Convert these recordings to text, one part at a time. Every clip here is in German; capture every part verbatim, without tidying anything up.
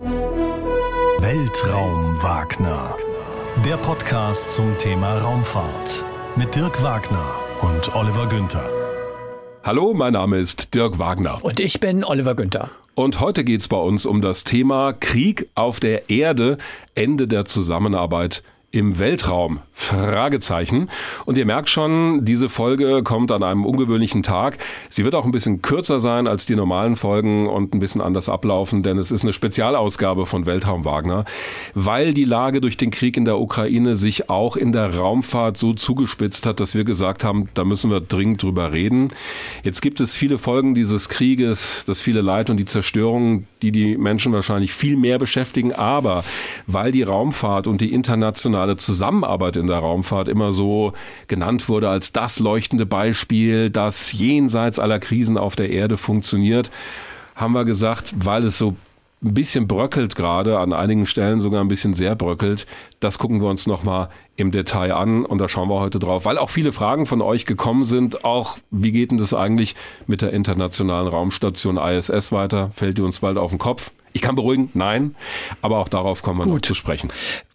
Weltraum Wagner. Der Podcast zum Thema Raumfahrt mit Dirk Wagner und Oliver Günther. Hallo, mein Name ist Dirk Wagner. Und ich bin Oliver Günther. Und heute geht es bei uns um das Thema Krieg auf der Erde, Ende der Zusammenarbeit im Weltraum? Fragezeichen. Und ihr merkt schon, diese Folge kommt an einem ungewöhnlichen Tag. Sie wird auch ein bisschen kürzer sein als die normalen Folgen und ein bisschen anders ablaufen, denn es ist eine Spezialausgabe von Weltraum Wagner, weil die Lage durch den Krieg in der Ukraine sich auch in der Raumfahrt so zugespitzt hat, dass wir gesagt haben, da müssen wir dringend drüber reden. Jetzt gibt es viele Folgen dieses Krieges, das viele Leid und die Zerstörung, die die Menschen wahrscheinlich viel mehr beschäftigen, aber weil die Raumfahrt und die internationale Zusammenarbeit in der Raumfahrt immer so genannt wurde als das leuchtende Beispiel, das jenseits aller Krisen auf der Erde funktioniert, haben wir gesagt, weil es so ein bisschen bröckelt gerade, an einigen Stellen sogar ein bisschen sehr bröckelt, das gucken wir uns nochmal im Detail an und da schauen wir heute drauf, weil auch viele Fragen von euch gekommen sind, auch wie geht denn das eigentlich mit der internationalen Raumstation I S S weiter, fällt die uns bald auf den Kopf? Ich kann beruhigen, nein, aber auch darauf kommen wir Gut. noch zu sprechen.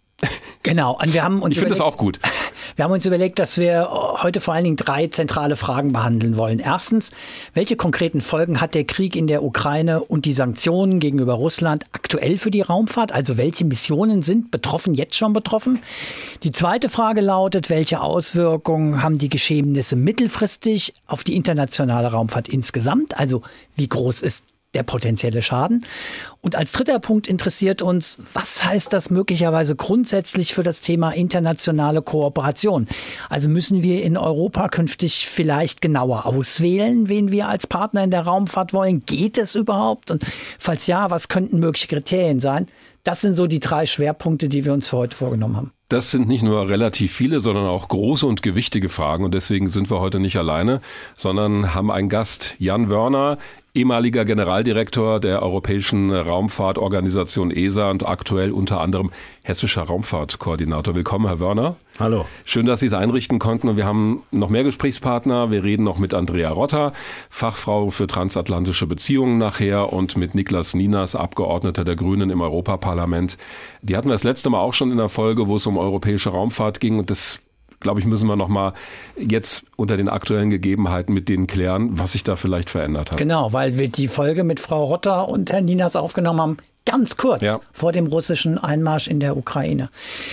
Genau. Und wir haben uns ich finde das auch gut. Wir haben uns überlegt, dass wir heute vor allen Dingen drei zentrale Fragen behandeln wollen. Erstens, welche konkreten Folgen hat der Krieg in der Ukraine und die Sanktionen gegenüber Russland aktuell für die Raumfahrt? Also welche Missionen sind betroffen, jetzt schon betroffen? Die zweite Frage lautet, welche Auswirkungen haben die Geschehnisse mittelfristig auf die internationale Raumfahrt insgesamt? Also wie groß ist der potenzielle Schaden? Und als dritter Punkt interessiert uns, was heißt das möglicherweise grundsätzlich für das Thema internationale Kooperation? Also müssen wir in Europa künftig vielleicht genauer auswählen, wen wir als Partner in der Raumfahrt wollen? Geht es überhaupt? Und falls ja, was könnten mögliche Kriterien sein? Das sind so die drei Schwerpunkte, die wir uns für heute vorgenommen haben. Das sind nicht nur relativ viele, sondern auch große und gewichtige Fragen. Und deswegen sind wir heute nicht alleine, sondern haben einen Gast, Jan Wörner, ehemaliger Generaldirektor der Europäischen Raumfahrtorganisation E S A und aktuell unter anderem hessischer Raumfahrtkoordinator. Willkommen, Herr Wörner. Hallo. Schön, dass Sie es einrichten konnten. Und wir haben noch mehr Gesprächspartner. Wir reden noch mit Andrea Rotter, Fachfrau für transatlantische Beziehungen nachher, und mit Niklas Ninas, Abgeordneter der Grünen im Europaparlament. Die hatten wir das letzte Mal auch schon in der Folge, wo es um europäische Raumfahrt ging. Und das, glaube ich, müssen wir noch mal jetzt unter den aktuellen Gegebenheiten mit denen klären, was sich da vielleicht verändert hat. Genau, weil wir die Folge mit Frau Rotter und Herrn Ninas aufgenommen haben, ganz kurz ja. vor dem russischen Einmarsch in der Ukraine.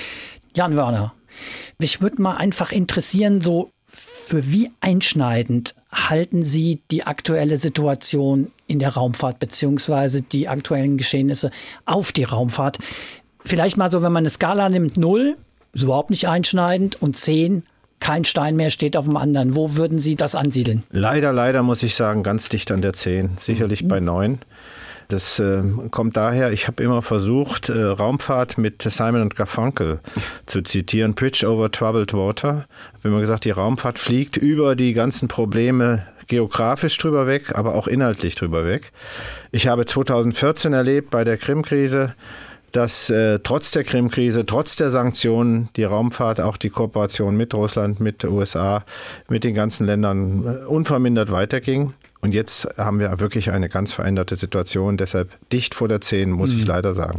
Jan Wörner, mich würde mal einfach interessieren, so für wie einschneidend halten Sie die aktuelle Situation in der Raumfahrt beziehungsweise die aktuellen Geschehnisse auf die Raumfahrt? Vielleicht mal so, wenn man eine Skala nimmt, null, ist überhaupt nicht einschneidend, und zehn, kein Stein mehr steht auf dem anderen. Wo würden Sie das ansiedeln? Leider, leider muss ich sagen, ganz dicht an der zehn, sicherlich mhm. bei neun. Das äh, kommt daher, ich habe immer versucht, äh, Raumfahrt mit Simon und Garfunkel zu zitieren, Bridge over Troubled Water. Ich habe immer gesagt, die Raumfahrt fliegt über die ganzen Probleme geografisch drüber weg, aber auch inhaltlich drüber weg. Ich habe zweitausendvierzehn erlebt bei der Krim-Krise, dass äh, trotz der Krim-Krise, trotz der Sanktionen, die Raumfahrt, auch die Kooperation mit Russland, mit den U S A, mit den ganzen Ländern äh, unvermindert weiterging. Und jetzt haben wir wirklich eine ganz veränderte Situation. Deshalb dicht vor der zehn, muss mhm. ich leider sagen.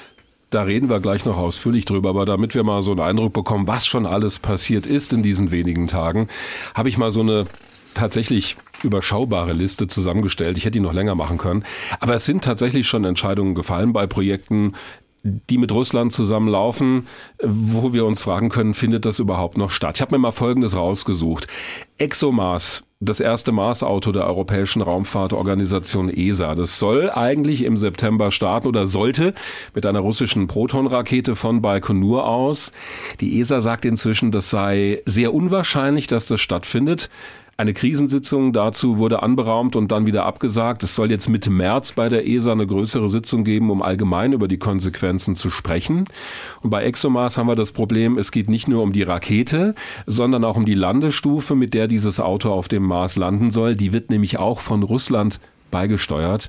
Da reden wir gleich noch ausführlich drüber, aber damit wir mal so einen Eindruck bekommen, was schon alles passiert ist in diesen wenigen Tagen, habe ich mal so eine tatsächlich überschaubare Liste zusammengestellt. Ich hätte die noch länger machen können. Aber es sind tatsächlich schon Entscheidungen gefallen bei Projekten, die mit Russland zusammenlaufen, wo wir uns fragen können, findet das überhaupt noch statt? Ich habe mir mal Folgendes rausgesucht. ExoMars, das erste Mars-Auto der Europäischen Raumfahrtorganisation E S A. Das soll eigentlich im September starten oder sollte mit einer russischen Proton-Rakete von Baikonur aus. Die E S A sagt inzwischen, das sei sehr unwahrscheinlich, dass das stattfindet. Eine Krisensitzung dazu wurde anberaumt und dann wieder abgesagt. Es soll jetzt Mitte März bei der E S A eine größere Sitzung geben, um allgemein über die Konsequenzen zu sprechen. Und bei ExoMars haben wir das Problem, es geht nicht nur um die Rakete, sondern auch um die Landestufe, mit der dieses Auto auf dem Mars landen soll. Die wird nämlich auch von Russland beigesteuert.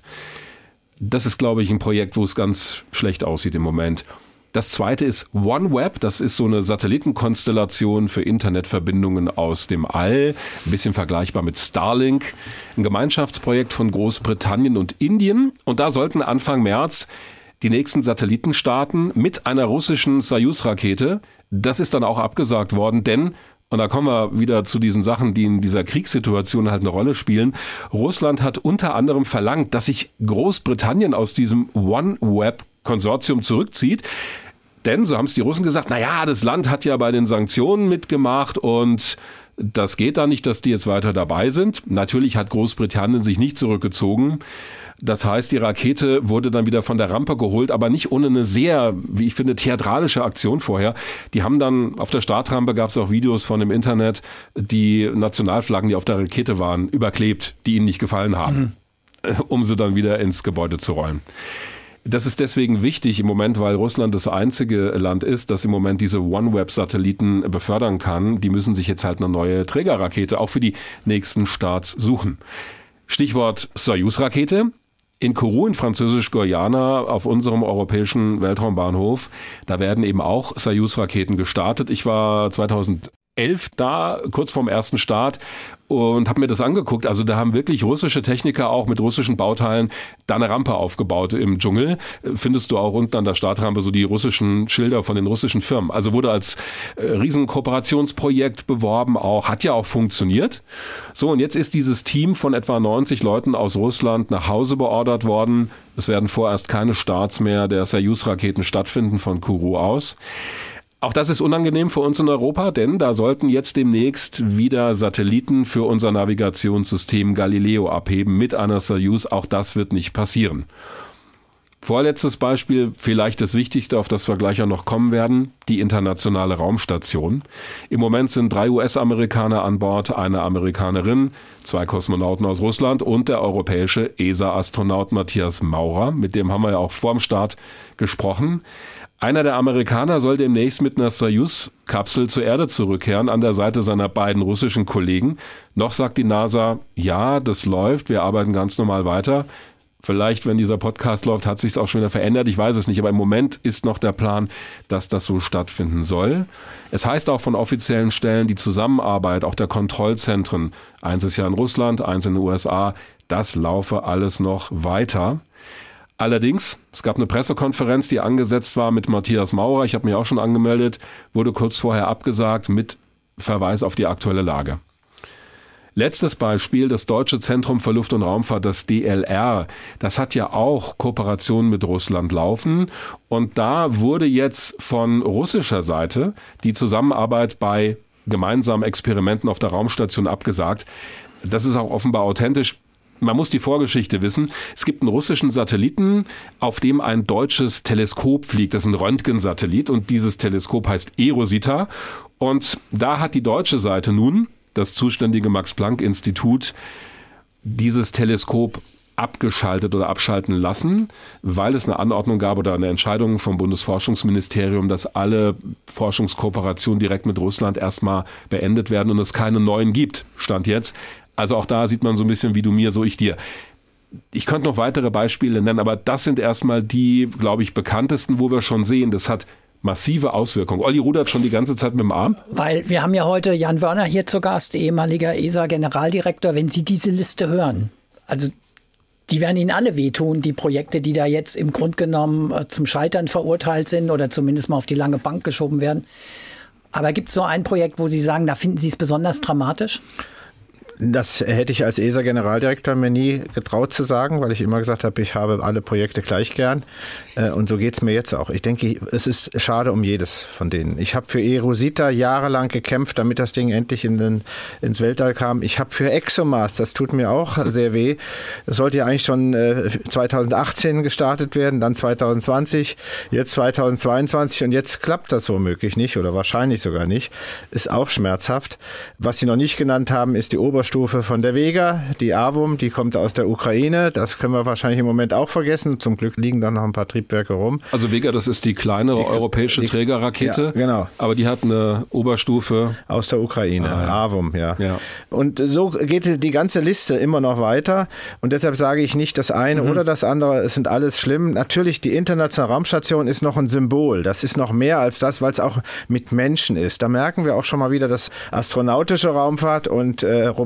Das ist, glaube ich, ein Projekt, wo es ganz schlecht aussieht im Moment. Das zweite ist OneWeb, das ist so eine Satellitenkonstellation für Internetverbindungen aus dem All, ein bisschen vergleichbar mit Starlink, ein Gemeinschaftsprojekt von Großbritannien und Indien. Und da sollten Anfang März die nächsten Satelliten starten mit einer russischen Soyuz-Rakete. Das ist dann auch abgesagt worden, denn, und da kommen wir wieder zu diesen Sachen, die in dieser Kriegssituation halt eine Rolle spielen, Russland hat unter anderem verlangt, dass sich Großbritannien aus diesem OneWeb-Konsortium zurückzieht. Denn, so haben es die Russen gesagt, naja, das Land hat ja bei den Sanktionen mitgemacht und das geht da nicht, dass die jetzt weiter dabei sind. Natürlich hat Großbritannien sich nicht zurückgezogen. Das heißt, die Rakete wurde dann wieder von der Rampe geholt, aber nicht ohne eine sehr, wie ich finde, theatralische Aktion vorher. Die haben dann, auf der Startrampe gab es auch Videos von dem Internet, die Nationalflaggen, die auf der Rakete waren, überklebt, die ihnen nicht gefallen haben, mhm. um sie dann wieder ins Gebäude zu rollen. Das ist deswegen wichtig im Moment, weil Russland das einzige Land ist, das im Moment diese OneWeb-Satelliten befördern kann. Die müssen sich jetzt halt eine neue Trägerrakete auch für die nächsten Starts suchen. Stichwort Soyuz-Rakete. In Kourou in Französisch-Guyana auf unserem europäischen Weltraumbahnhof, da werden eben auch Soyuz-Raketen gestartet. Ich war zweitausendelf da, kurz vorm ersten Start, und habe mir das angeguckt. Also da haben wirklich russische Techniker auch mit russischen Bauteilen da eine Rampe aufgebaut im Dschungel. Findest du auch unten an der Startrampe so die russischen Schilder von den russischen Firmen. Also wurde als Riesenkooperationsprojekt beworben auch, hat ja auch funktioniert. So, und jetzt ist dieses Team von etwa neunzig Leuten aus Russland nach Hause beordert worden. Es werden vorerst keine Starts mehr der Soyuz-Raketen stattfinden von Kourou aus. Auch das ist unangenehm für uns in Europa, denn da sollten jetzt demnächst wieder Satelliten für unser Navigationssystem Galileo abheben mit einer Soyuz. Auch das wird nicht passieren. Vorletztes Beispiel, vielleicht das Wichtigste, auf das wir gleich auch noch kommen werden, die internationale Raumstation. Im Moment sind drei U S-Amerikaner an Bord, eine Amerikanerin, zwei Kosmonauten aus Russland und der europäische E S A-Astronaut Matthias Maurer. Mit dem haben wir ja auch vorm Start gesprochen. Einer der Amerikaner soll demnächst mit einer Soyuz-Kapsel zur Erde zurückkehren, an der Seite seiner beiden russischen Kollegen. Noch sagt die NASA, ja, das läuft, wir arbeiten ganz normal weiter. Vielleicht, wenn dieser Podcast läuft, hat sich es auch schon wieder verändert, ich weiß es nicht, aber im Moment ist noch der Plan, dass das so stattfinden soll. Es heißt auch von offiziellen Stellen, die Zusammenarbeit, auch der Kontrollzentren, eins ist ja in Russland, eins in den U S A, das laufe alles noch weiter. Allerdings, es gab eine Pressekonferenz, die angesetzt war mit Matthias Maurer, ich habe mich auch schon angemeldet, wurde kurz vorher abgesagt mit Verweis auf die aktuelle Lage. Letztes Beispiel, das Deutsche Zentrum für Luft- und Raumfahrt, das D L R, das hat ja auch Kooperationen mit Russland laufen und da wurde jetzt von russischer Seite die Zusammenarbeit bei gemeinsamen Experimenten auf der Raumstation abgesagt. Das ist auch offenbar authentisch. Man muss die Vorgeschichte wissen. Es gibt einen russischen Satelliten, auf dem ein deutsches Teleskop fliegt. Das ist ein Röntgensatellit und dieses Teleskop heißt eROSITA. Und da hat die deutsche Seite nun, das zuständige Max-Planck-Institut, dieses Teleskop abgeschaltet oder abschalten lassen, weil es eine Anordnung gab oder eine Entscheidung vom Bundesforschungsministerium, dass alle Forschungskooperationen direkt mit Russland erstmal beendet werden und es keine neuen gibt. Stand jetzt. Also auch da sieht man so ein bisschen, wie du mir, so ich dir. Ich könnte noch weitere Beispiele nennen, aber das sind erstmal die, glaube ich, bekanntesten, wo wir schon sehen, das hat massive Auswirkungen. Olli rudert schon die ganze Zeit mit dem Arm. Weil wir haben ja heute Jan Wörner hier zu Gast, ehemaliger E S A-Generaldirektor. Wenn Sie diese Liste hören, also die werden Ihnen alle wehtun, die Projekte, die da jetzt im Grunde genommen zum Scheitern verurteilt sind oder zumindest mal auf die lange Bank geschoben werden. Aber gibt es so ein Projekt, wo Sie sagen, da finden Sie es besonders dramatisch? Das hätte ich als E S A-Generaldirektor mir nie getraut zu sagen, weil ich immer gesagt habe, ich habe alle Projekte gleich gern. Und so geht es mir jetzt auch. Ich denke, es ist schade um jedes von denen. Ich habe für eROSITA jahrelang gekämpft, damit das Ding endlich in den, ins Weltall kam. Ich habe für ExoMars, das tut mir auch sehr weh. Das sollte ja eigentlich schon zweitausendachtzehn gestartet werden, dann zweitausendzwanzig, jetzt zweitausendzweiundzwanzig und jetzt klappt das womöglich nicht oder wahrscheinlich sogar nicht. Ist auch schmerzhaft. Was Sie noch nicht genannt haben, ist die Oberstufe von der Vega, die Avum, die kommt aus der Ukraine. Das können wir wahrscheinlich im Moment auch vergessen. Zum Glück liegen da noch ein paar Triebwerke rum. Also Vega, das ist die kleinere die, europäische die, Trägerrakete. Ja, genau. Aber die hat eine Oberstufe. Aus der Ukraine, ah, ja. Avum, ja. ja. Und so geht die ganze Liste immer noch weiter. Und deshalb sage ich nicht das eine mhm. oder das andere. Es sind alles schlimm. Natürlich, die internationale Raumstation ist noch ein Symbol. Das ist noch mehr als das, weil es auch mit Menschen ist. Da merken wir auch schon mal wieder, dass astronautische Raumfahrt und äh, Robotik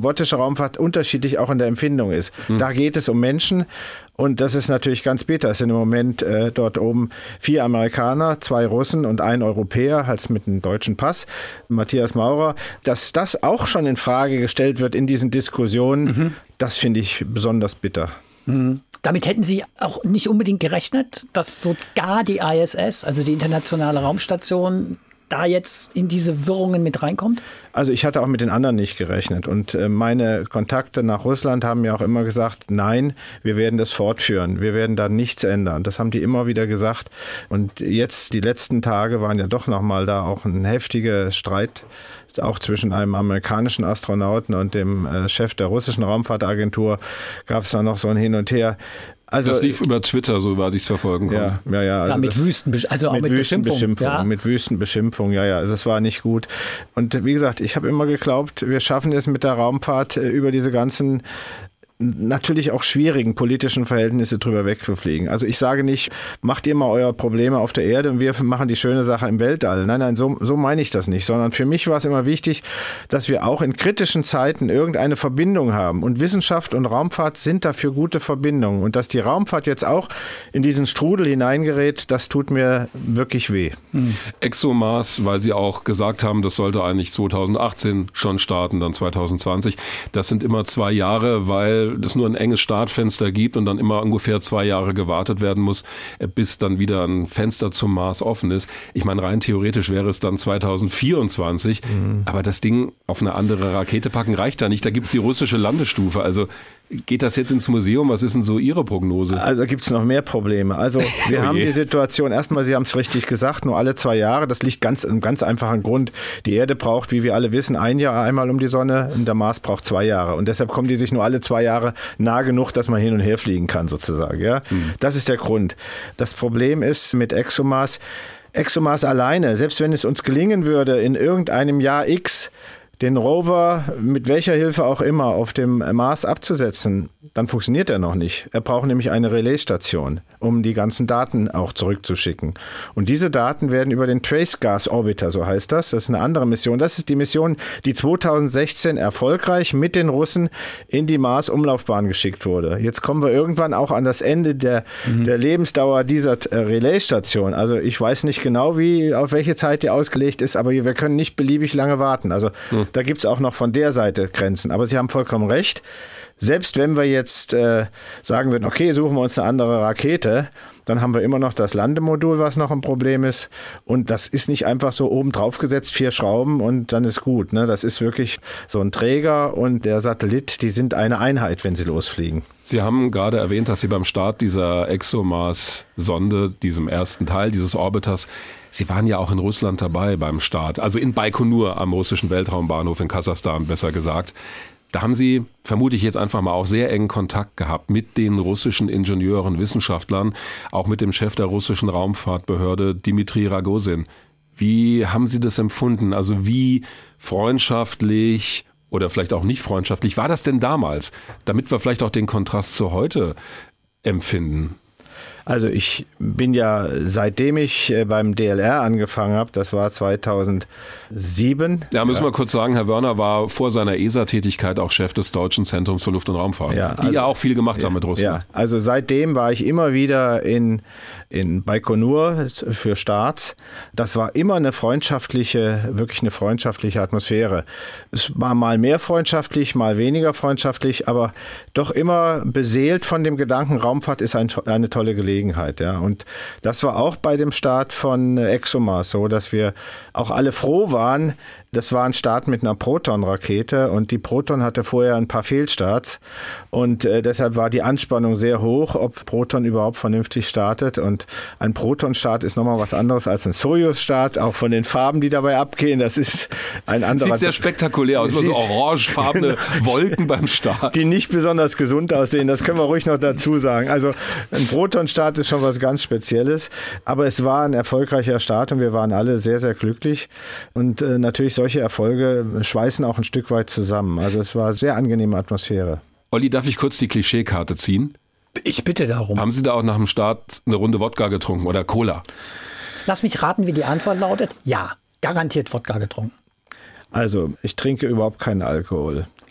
robotische Raumfahrt unterschiedlich auch in der Empfindung ist. Hm. Da geht es um Menschen und das ist natürlich ganz bitter. Es sind im Moment äh, dort oben vier Amerikaner, zwei Russen und ein Europäer, halt mit einem deutschen Pass, Matthias Maurer. Dass das auch schon in Frage gestellt wird in diesen Diskussionen, mhm. das finde ich besonders bitter. Mhm. Damit hätten Sie auch nicht unbedingt gerechnet, dass sogar die I S S, also die Internationale Raumstation, da jetzt in diese Wirrungen mit reinkommt? Also ich hatte auch mit den anderen nicht gerechnet und meine Kontakte nach Russland haben mir auch immer gesagt, nein, wir werden das fortführen, wir werden da nichts ändern. Das haben die immer wieder gesagt und jetzt die letzten Tage waren ja doch nochmal da auch ein heftiger Streit, auch zwischen einem amerikanischen Astronauten und dem Chef der russischen Raumfahrtagentur gab es da noch so ein Hin und Her. Also, das lief über Twitter, soweit ich es verfolgen konnte. Ja, ja, ja, also ja, mit Wüsten, also auch mit, mit Beschimpfung. Ja. Mit Wüstenbeschimpfung, ja, ja. Also es war nicht gut. Und wie gesagt, ich habe immer geglaubt, wir schaffen es mit der Raumfahrt über diese ganzen natürlich auch schwierigen politischen Verhältnisse drüber wegzufliegen. Also ich sage nicht, macht ihr mal eure Probleme auf der Erde und wir machen die schöne Sache im Weltall. Nein, nein, so, so meine ich das nicht. Sondern für mich war es immer wichtig, dass wir auch in kritischen Zeiten irgendeine Verbindung haben. Und Wissenschaft und Raumfahrt sind dafür gute Verbindungen. Und dass die Raumfahrt jetzt auch in diesen Strudel hineingerät, das tut mir wirklich weh. Hm. ExoMars, weil Sie auch gesagt haben, das sollte eigentlich zweitausendachtzehn schon starten, dann zweitausendzwanzig. Das sind immer zwei Jahre, weil es nur ein enges Startfenster gibt und dann immer ungefähr zwei Jahre gewartet werden muss, bis dann wieder ein Fenster zum Mars offen ist. Ich meine, rein theoretisch wäre es dann zweitausendvierundzwanzig, mhm. aber das Ding auf eine andere Rakete packen reicht da nicht. Da gibt es die russische Landestufe. Also geht das jetzt ins Museum? Was ist denn so Ihre Prognose? Also gibt es noch mehr Probleme. Also wir oh haben die Situation, erstmal, Sie haben es richtig gesagt, nur alle zwei Jahre. Das liegt ganz im ganz einfachen Grund. Die Erde braucht, wie wir alle wissen, ein Jahr einmal um die Sonne und der Mars braucht zwei Jahre. Und deshalb kommen die sich nur alle zwei Jahre nah genug, dass man hin und her fliegen kann sozusagen. Ja? Mhm. Das ist der Grund. Das Problem ist mit ExoMars, ExoMars alleine, selbst wenn es uns gelingen würde, in irgendeinem Jahr X den Rover mit welcher Hilfe auch immer auf dem Mars abzusetzen, dann funktioniert er noch nicht. Er braucht nämlich eine Relaisstation, um die ganzen Daten auch zurückzuschicken. Und diese Daten werden über den Trace Gas Orbiter, so heißt das, das ist eine andere Mission. Das ist die Mission, die zweitausendsechzehn erfolgreich mit den Russen in die Mars-Umlaufbahn geschickt wurde. Jetzt kommen wir irgendwann auch an das Ende der, mhm. der Lebensdauer dieser Relaisstation. Also ich weiß nicht genau, wie auf welche Zeit die ausgelegt ist, aber wir können nicht beliebig lange warten. Also mhm. Da gibt es auch noch von der Seite Grenzen. Aber Sie haben vollkommen recht. Selbst wenn wir jetzt äh, sagen würden, okay, suchen wir uns eine andere Rakete, dann haben wir immer noch das Landemodul, was noch ein Problem ist. Und das ist nicht einfach so oben drauf gesetzt, vier Schrauben und dann ist gut. Ne? Das ist wirklich so ein Träger und der Satellit, die sind eine Einheit, wenn sie losfliegen. Sie haben gerade erwähnt, dass Sie beim Start dieser ExoMars-Sonde, diesem ersten Teil dieses Orbiters, Sie waren ja auch in Russland dabei beim Start, also in Baikonur am russischen Weltraumbahnhof in Kasachstan, besser gesagt. Da haben Sie, vermute ich jetzt einfach mal, auch sehr engen Kontakt gehabt mit den russischen Ingenieuren, Wissenschaftlern, auch mit dem Chef der russischen Raumfahrtbehörde, Dmitri Rogozin. Wie haben Sie das empfunden? Also wie freundschaftlich oder vielleicht auch nicht freundschaftlich war das denn damals, damit wir vielleicht auch den Kontrast zu heute empfinden? Also ich bin ja, seitdem ich beim D L R angefangen habe, das war zweitausendsieben. Ja, müssen wir kurz sagen, Herr Wörner war vor seiner E S A-Tätigkeit auch Chef des Deutschen Zentrums für Luft- und Raumfahrt, ja, also, die ja auch viel gemacht ja, haben mit Russland. Ja, also seitdem war ich immer wieder in, in Baikonur für Starts. Das war immer eine freundschaftliche, wirklich eine freundschaftliche Atmosphäre. Es war mal mehr freundschaftlich, mal weniger freundschaftlich, aber doch immer beseelt von dem Gedanken, Raumfahrt ist ein, eine tolle Gelegenheit. Ja. Und das war auch bei dem Start von ExoMars so, dass wir auch alle froh waren. Das war ein Start mit einer Proton-Rakete und die Proton hatte vorher ein paar Fehlstarts und äh, deshalb war die Anspannung sehr hoch, ob Proton überhaupt vernünftig startet. Und ein Proton-Start ist nochmal was anderes als ein Soyuz-Start, auch von den Farben, die dabei abgehen. Das ist ein anderer. Sieht sehr spektakulär aus, so orangefarbene Wolken beim Start. Die nicht besonders gesund aussehen, das können wir ruhig noch dazu sagen. Also ein Proton-Start ist schon was ganz Spezielles, aber es war ein erfolgreicher Start und wir waren alle sehr, sehr glücklich und äh, natürlich soll Solche Erfolge schweißen auch ein Stück weit zusammen. Also es war eine sehr angenehme Atmosphäre. Olli, darf ich kurz die Klischeekarte ziehen? Ich bitte darum. Haben Sie da auch nach dem Start eine Runde Wodka getrunken oder Cola? Lass mich raten, wie die Antwort lautet. Ja, garantiert Wodka getrunken. Also ich trinke überhaupt keinen Alkohol.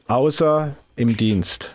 außer im Dienst.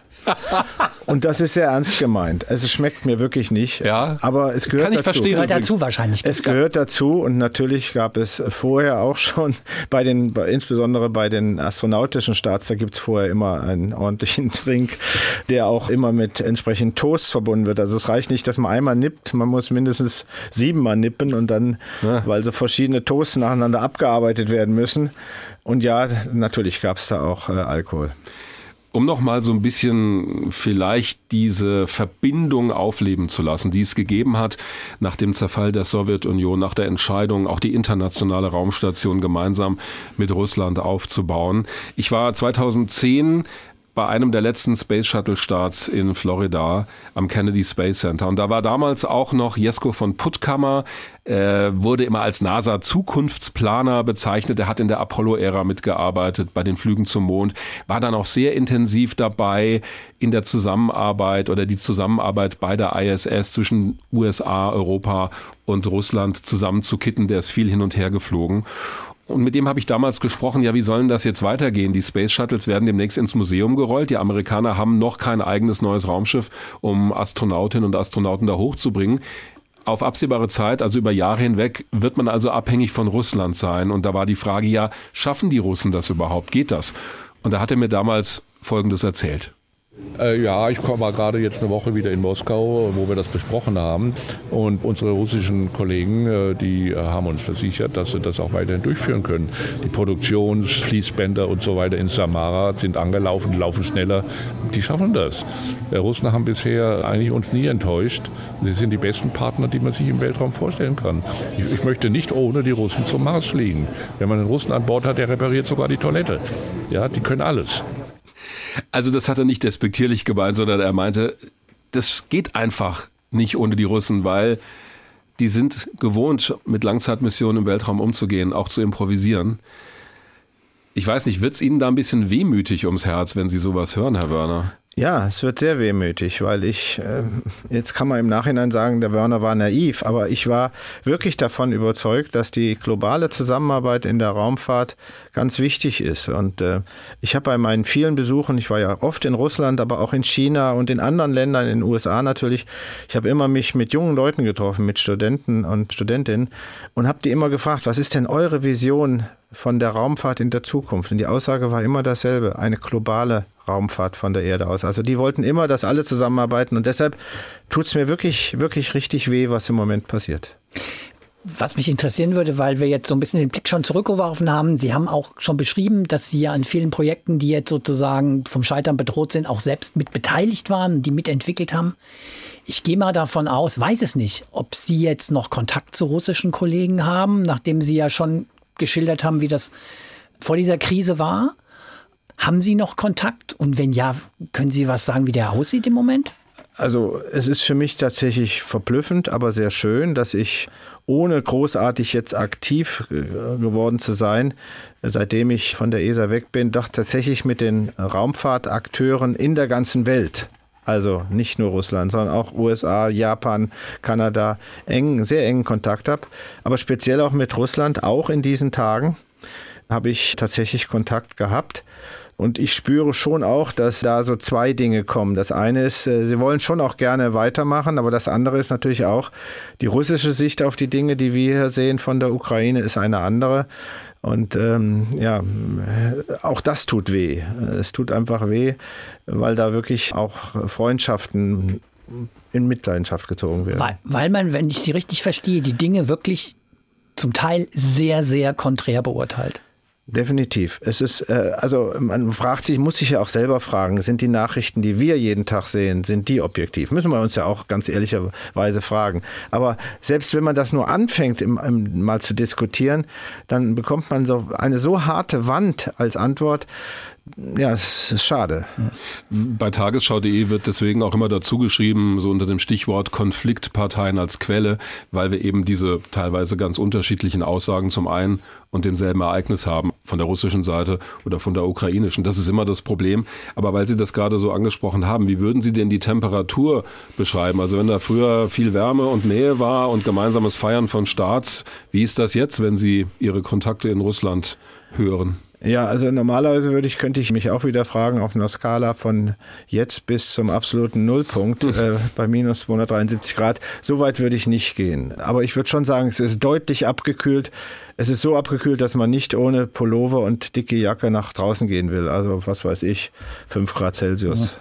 Und das ist sehr ernst gemeint. Also es schmeckt mir wirklich nicht. Ja, aber es gehört kann ich dazu. verstehen. Gehört dazu wahrscheinlich. Es gehört dazu und natürlich gab es vorher auch schon bei den, insbesondere bei den astronautischen Starts, da gibt es vorher immer einen ordentlichen Trink, der auch immer mit entsprechend Toast verbunden wird. Also es reicht nicht, dass man einmal nippt, man muss mindestens siebenmal nippen und dann, ja. weil so verschiedene Toasts nacheinander abgearbeitet werden müssen. Und ja, natürlich gab es da auch äh, Alkohol. Um noch mal so ein bisschen vielleicht diese Verbindung aufleben zu lassen, die es gegeben hat nach dem Zerfall der Sowjetunion, nach der Entscheidung, auch die internationale Raumstation gemeinsam mit Russland aufzubauen. Ich war zweitausendzehn bei einem der letzten Space Shuttle Starts in Florida am Kennedy Space Center. Und da war damals auch noch Jesko von Puttkamer, äh, wurde immer als NASA-Zukunftsplaner bezeichnet. Er hat in der Apollo-Ära mitgearbeitet bei den Flügen zum Mond, war dann auch sehr intensiv dabei in der Zusammenarbeit oder die Zusammenarbeit bei der I S S zwischen U S A, Europa und Russland zusammenzukitten. Der ist viel hin und her geflogen. Und mit dem habe ich damals gesprochen, ja, wie sollen das jetzt weitergehen? Die Space Shuttles werden demnächst ins Museum gerollt. Die Amerikaner haben noch kein eigenes neues Raumschiff, um Astronautinnen und Astronauten da hochzubringen. Auf absehbare Zeit, also über Jahre hinweg, wird man also abhängig von Russland sein. Und da war die Frage, ja, schaffen die Russen das überhaupt? Geht das? Und da hat er mir damals Folgendes erzählt. Äh, ja, ich war gerade jetzt eine Woche wieder in Moskau, wo wir das besprochen haben. Und unsere russischen Kollegen, äh, die äh, haben uns versichert, dass sie das auch weiterhin durchführen können. Die Produktionsfließbänder und so weiter in Samara sind angelaufen, laufen schneller. Die schaffen das. Die Russen haben bisher eigentlich uns nie enttäuscht. Sie sind die besten Partner, die man sich im Weltraum vorstellen kann. Ich, ich möchte nicht ohne die Russen zum Mars fliegen. Wenn man einen Russen an Bord hat, der repariert sogar die Toilette. Ja, die können alles. Also das hat er nicht despektierlich gemeint, sondern er meinte, das geht einfach nicht ohne die Russen, weil die sind gewohnt, mit Langzeitmissionen im Weltraum umzugehen, auch zu improvisieren. Ich weiß nicht, wird es Ihnen da ein bisschen wehmütig ums Herz, wenn Sie sowas hören, Herr Wörner? Ja, es wird sehr wehmütig, weil ich, äh, jetzt kann man im Nachhinein sagen, der Wörner war naiv, aber ich war wirklich davon überzeugt, dass die globale Zusammenarbeit in der Raumfahrt ganz wichtig ist. Und äh, ich habe bei meinen vielen Besuchen, ich war ja oft in Russland, aber auch in China und in anderen Ländern, in den U S A natürlich, ich habe immer mich mit jungen Leuten getroffen, mit Studenten und Studentinnen und habe die immer gefragt, was ist denn eure Vision von der Raumfahrt in der Zukunft? Und die Aussage war immer dasselbe, eine globale Raumfahrt von der Erde aus. Also die wollten immer, dass alle zusammenarbeiten und deshalb tut es mir wirklich, wirklich richtig weh, was im Moment passiert. Was mich interessieren würde, weil wir jetzt so ein bisschen den Blick schon zurückgeworfen haben, Sie haben auch schon beschrieben, dass Sie ja an vielen Projekten, die jetzt sozusagen vom Scheitern bedroht sind, auch selbst mit beteiligt waren, die mitentwickelt haben. Ich gehe mal davon aus, weiß es nicht, ob Sie jetzt noch Kontakt zu russischen Kollegen haben, nachdem Sie ja schon geschildert haben, wie das vor dieser Krise war. Haben Sie noch Kontakt? Und wenn ja, können Sie was sagen, wie der aussieht im Moment? Also es ist für mich tatsächlich verblüffend, aber sehr schön, dass ich, ohne großartig jetzt aktiv geworden zu sein, seitdem ich von der E S A weg bin, doch tatsächlich mit den Raumfahrtakteuren in der ganzen Welt, also nicht nur Russland, sondern auch U S A, Japan, Kanada, eng, sehr engen Kontakt habe. Aber speziell auch mit Russland, auch in diesen Tagen, habe ich tatsächlich Kontakt gehabt. Und ich spüre schon auch, dass da so zwei Dinge kommen. Das eine ist, sie wollen schon auch gerne weitermachen, aber das andere ist natürlich auch, die russische Sicht auf die Dinge, die wir hier sehen von der Ukraine, ist eine andere. Und ähm, ja, auch das tut weh. Es tut einfach weh, weil da wirklich auch Freundschaften in Mitleidenschaft gezogen werden. Weil, weil man, wenn ich Sie richtig verstehe, die Dinge wirklich zum Teil sehr, sehr konträr beurteilt. Definitiv. Es ist, äh, also man fragt sich, muss sich ja auch selber fragen, sind die Nachrichten, die wir jeden Tag sehen, sind die objektiv? Müssen wir uns ja auch ganz ehrlicherweise fragen. Aber selbst wenn man das nur anfängt, im, im, mal zu diskutieren, dann bekommt man so eine so harte Wand als Antwort. Ja, es ist schade. Bei tagesschau punkt de wird deswegen auch immer dazu geschrieben, so unter dem Stichwort Konfliktparteien als Quelle, weil wir eben diese teilweise ganz unterschiedlichen Aussagen zum einen und demselben Ereignis haben, von der russischen Seite oder von der ukrainischen. Das ist immer das Problem. Aber weil Sie das gerade so angesprochen haben, wie würden Sie denn die Temperatur beschreiben? Also wenn da früher viel Wärme und Nähe war und gemeinsames Feiern von Starts, wie ist das jetzt, wenn Sie Ihre Kontakte in Russland hören? Ja, also normalerweise würde ich, könnte ich mich auch wieder fragen, auf einer Skala von jetzt bis zum absoluten Nullpunkt äh, bei minus zweihundertdreiundsiebzig Grad. So weit würde ich nicht gehen. Aber ich würde schon sagen, es ist deutlich abgekühlt. Es ist so abgekühlt, dass man nicht ohne Pullover und dicke Jacke nach draußen gehen will. Also was weiß ich, fünf Grad Celsius.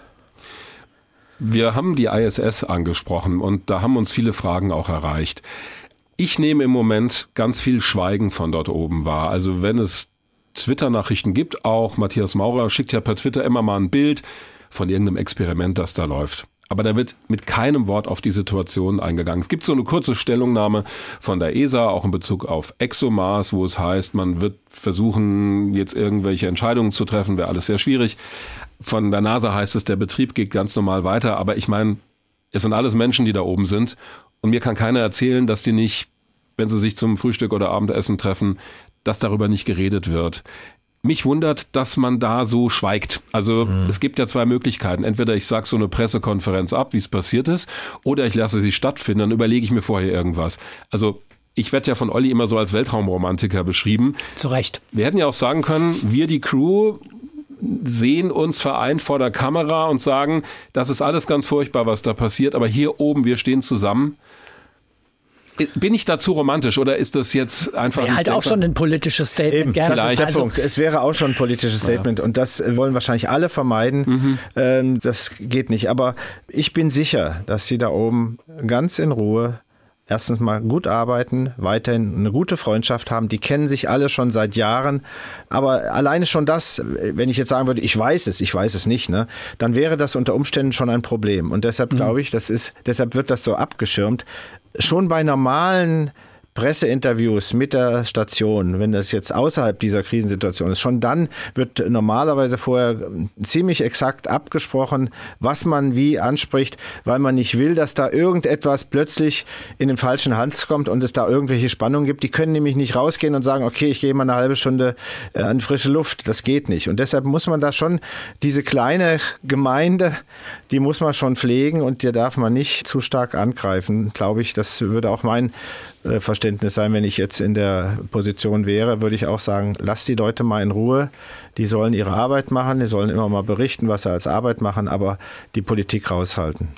Wir haben die I S S angesprochen und da haben uns viele Fragen auch erreicht. Ich nehme im Moment ganz viel Schweigen von dort oben wahr. Also wenn es Twitter-Nachrichten gibt, auch Matthias Maurer schickt ja per Twitter immer mal ein Bild von irgendeinem Experiment, das da läuft. Aber da wird mit keinem Wort auf die Situation eingegangen. Es gibt so eine kurze Stellungnahme von der E S A, auch in Bezug auf ExoMars, wo es heißt, man wird versuchen, jetzt irgendwelche Entscheidungen zu treffen, wäre alles sehr schwierig. Von der NASA heißt es, der Betrieb geht ganz normal weiter. Aber ich meine, es sind alles Menschen, die da oben sind. Und mir kann keiner erzählen, dass die nicht, wenn sie sich zum Frühstück oder Abendessen treffen, dass darüber nicht geredet wird. Mich wundert, dass man da so schweigt. Also mhm. es gibt ja zwei Möglichkeiten. Entweder ich sage so eine Pressekonferenz ab, wie es passiert ist, oder ich lasse sie stattfinden, dann überlege ich mir vorher irgendwas. Also ich werde ja von Olli immer so als Weltraumromantiker beschrieben. Zu Recht. Wir hätten ja auch sagen können, wir die Crew sehen uns vereint vor der Kamera und sagen, das ist alles ganz furchtbar, was da passiert, aber hier oben, wir stehen zusammen. Bin ich dazu romantisch oder ist das jetzt einfach wäre halt auch schon ein politisches Statement. Eben, gerne. das ist der also, Punkt. Es wäre auch schon ein politisches Statement ja. und das wollen wahrscheinlich alle vermeiden. Mhm. Ähm, das geht nicht. Aber ich bin sicher, dass sie da oben ganz in Ruhe erstens mal gut arbeiten, weiterhin eine gute Freundschaft haben. Die kennen sich alle schon seit Jahren. Aber alleine schon das, wenn ich jetzt sagen würde, ich weiß es, ich weiß es nicht, ne, dann wäre das unter Umständen schon ein Problem. Und deshalb mhm. glaube ich, das ist, deshalb wird das so abgeschirmt. Schon bei normalen Presseinterviews mit der Station, wenn das jetzt außerhalb dieser Krisensituation ist, schon dann wird normalerweise vorher ziemlich exakt abgesprochen, was man wie anspricht, weil man nicht will, dass da irgendetwas plötzlich in den falschen Hals kommt und es da irgendwelche Spannungen gibt. Die können nämlich nicht rausgehen und sagen, okay, ich gehe mal eine halbe Stunde an frische Luft. Das geht nicht. Und deshalb muss man da schon diese kleine Gemeinde, die muss man schon pflegen und die darf man nicht zu stark angreifen, glaube ich. Das würde auch mein Verständnis sein, wenn ich jetzt in der Position wäre, würde ich auch sagen, lass die Leute mal in Ruhe. Die sollen ihre Arbeit machen, die sollen immer mal berichten, was sie als Arbeit machen, aber die Politik raushalten.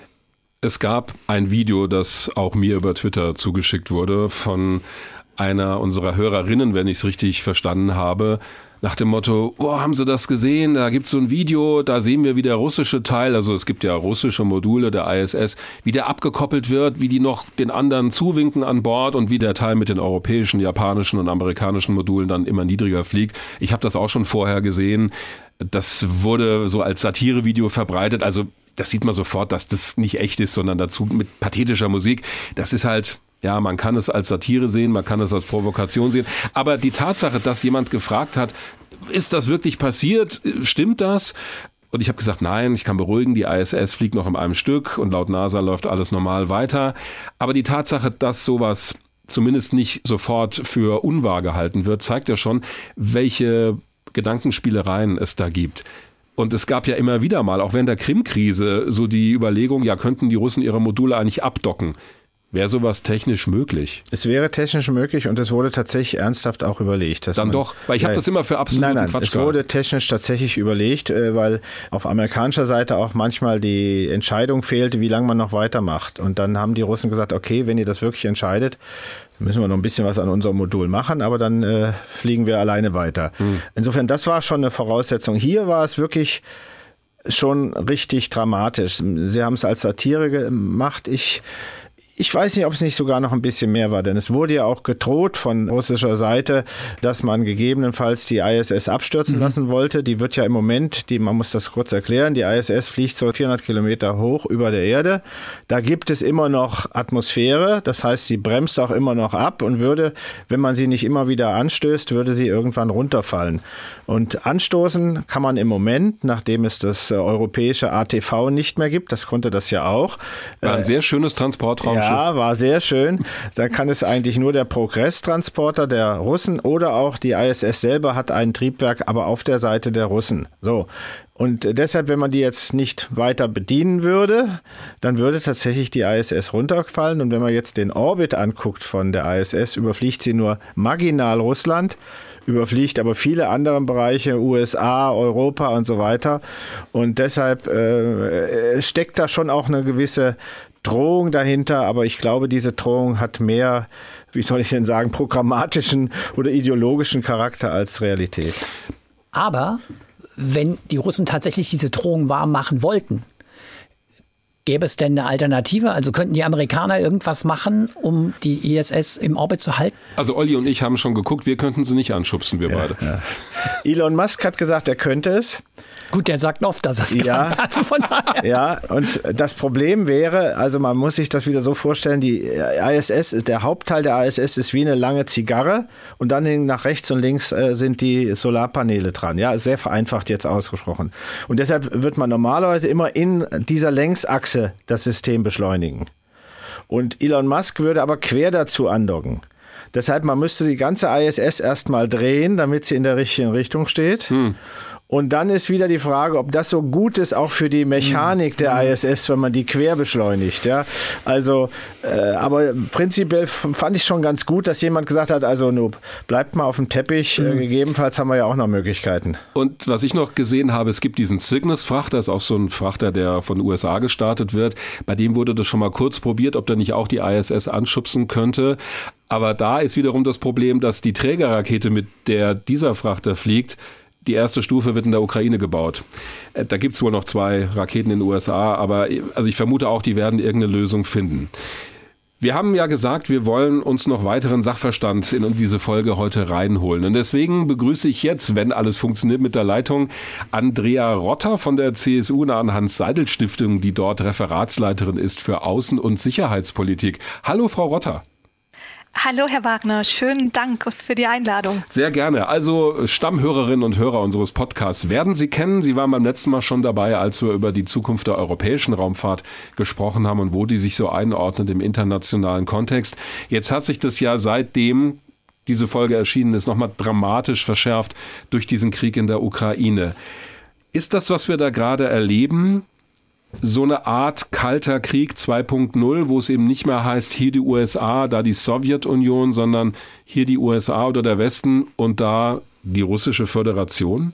Es gab ein Video, das auch mir über Twitter zugeschickt wurde von einer unserer Hörerinnen, wenn ich es richtig verstanden habe, nach dem Motto, oh, haben Sie das gesehen? Da gibt es so ein Video, da sehen wir, wie der russische Teil, also es gibt ja russische Module der I S S, wie der abgekoppelt wird, wie die noch den anderen zuwinken an Bord und wie der Teil mit den europäischen, japanischen und amerikanischen Modulen dann immer niedriger fliegt. Ich habe das auch schon vorher gesehen. Das wurde so als Satirevideo verbreitet. Also das sieht man sofort, dass das nicht echt ist, sondern dazu mit pathetischer Musik. Das ist halt... Ja, man kann es als Satire sehen, man kann es als Provokation sehen. Aber die Tatsache, dass jemand gefragt hat, ist das wirklich passiert? Stimmt das? Und ich habe gesagt, nein, ich kann beruhigen, die I S S fliegt noch in einem Stück und laut NASA läuft alles normal weiter. Aber die Tatsache, dass sowas zumindest nicht sofort für unwahr gehalten wird, zeigt ja schon, welche Gedankenspielereien es da gibt. Und es gab ja immer wieder mal, auch während der Krim-Krise, so die Überlegung, ja, könnten die Russen ihre Module eigentlich abdocken? Wäre sowas technisch möglich? Es wäre technisch möglich und es wurde tatsächlich ernsthaft auch überlegt. Dass Dann man, doch, weil ich habe das immer für absoluten nein, nein, Quatsch es wurde technisch tatsächlich überlegt, weil auf amerikanischer Seite auch manchmal die Entscheidung fehlte, wie lange man noch weitermacht. Und dann haben die Russen gesagt, okay, wenn ihr das wirklich entscheidet, müssen wir noch ein bisschen was an unserem Modul machen, aber dann äh, fliegen wir alleine weiter. Hm. Insofern, das war schon eine Voraussetzung. Hier war es wirklich schon richtig dramatisch. Sie haben es als Satire gemacht. Ich... Ich weiß nicht, ob es nicht sogar noch ein bisschen mehr war, denn es wurde ja auch gedroht von russischer Seite, dass man gegebenenfalls die I S S abstürzen mhm. lassen wollte. Die wird ja im Moment, die, man muss das kurz erklären, die I S S fliegt so vierhundert Kilometer hoch über der Erde. Da gibt es immer noch Atmosphäre, das heißt, sie bremst auch immer noch ab und würde, wenn man sie nicht immer wieder anstößt, würde sie irgendwann runterfallen. Und anstoßen kann man im Moment, nachdem es das äh, europäische A T V nicht mehr gibt, das konnte das ja auch. War ein äh, sehr schönes Transportraumschiff. Ja, war sehr schön. Da kann es eigentlich nur der Progress-Transporter der Russen oder auch die I S S selber hat ein Triebwerk, aber auf der Seite der Russen. So. Und deshalb, wenn man die jetzt nicht weiter bedienen würde, dann würde tatsächlich die I S S runterfallen. Und wenn man jetzt den Orbit anguckt von der I S S, überfliegt sie nur marginal Russland, überfliegt aber viele andere Bereiche, U S A, Europa und so weiter. Und deshalb äh, steckt da schon auch eine gewisse Drohung dahinter. Aber ich glaube, diese Drohung hat mehr, wie soll ich denn sagen, programmatischen oder ideologischen Charakter als Realität. Aber wenn die Russen tatsächlich diese Drohung wahr machen wollten, gäbe es denn eine Alternative? Also könnten die Amerikaner irgendwas machen, um die I S S im Orbit zu halten? Also Olli und ich haben schon geguckt, wir könnten sie nicht anschubsen, wir ja, beide. Ja. Elon Musk hat gesagt, er könnte es. Gut, der sagt oft, dass er es ja, kann. Also von daher. Ja, und das Problem wäre, also man muss sich das wieder so vorstellen, die I S S, der Hauptteil der I S S ist wie eine lange Zigarre und dann nach rechts und links äh, sind die Solarpaneele dran. Ja, sehr vereinfacht jetzt ausgesprochen. Und deshalb wird man normalerweise immer in dieser Längsachse das System beschleunigen. Und Elon Musk würde aber quer dazu andocken. Deshalb, man müsste die ganze I S S erstmal drehen, damit sie in der richtigen Richtung steht. Hm. Und dann ist wieder die Frage, ob das so gut ist, auch für die Mechanik der I S S, wenn man die quer beschleunigt. Ja? Also, äh, aber prinzipiell fand ich schon ganz gut, dass jemand gesagt hat, also Noob, bleibt mal auf dem Teppich, äh, gegebenenfalls haben wir ja auch noch Möglichkeiten. Und was ich noch gesehen habe, es gibt diesen Cygnus-Frachter, das ist auch so ein Frachter, der von den U S A gestartet wird. Bei dem wurde das schon mal kurz probiert, ob der nicht auch die I S S anschubsen könnte. Aber da ist wiederum das Problem, dass die Trägerrakete, mit der dieser Frachter fliegt, die erste Stufe wird in der Ukraine gebaut. Da gibt es wohl noch zwei Raketen in den U S A, aber also ich vermute auch, die werden irgendeine Lösung finden. Wir haben ja gesagt, wir wollen uns noch weiteren Sachverstand in diese Folge heute reinholen. Und deswegen begrüße ich jetzt, wenn alles funktioniert mit der Leitung, Andrea Rotter von der C S U-nahen Hans-Seidel-Stiftung, die dort Referatsleiterin ist für Außen- und Sicherheitspolitik. Hallo, Frau Rotter. Hallo, Herr Wagner. Schönen Dank für die Einladung. Sehr gerne. Also Stammhörerinnen und Hörer unseres Podcasts werden Sie kennen. Sie waren beim letzten Mal schon dabei, als wir über die Zukunft der europäischen Raumfahrt gesprochen haben und wo die sich so einordnet im internationalen Kontext. Jetzt hat sich das ja seitdem diese Folge erschienen ist, nochmal dramatisch verschärft durch diesen Krieg in der Ukraine. Ist das, was wir da gerade erleben, so eine Art kalter Krieg zwei Punkt null, wo es eben nicht mehr heißt, hier die U S A, da die Sowjetunion, sondern hier die U S A oder der Westen und da die russische Föderation?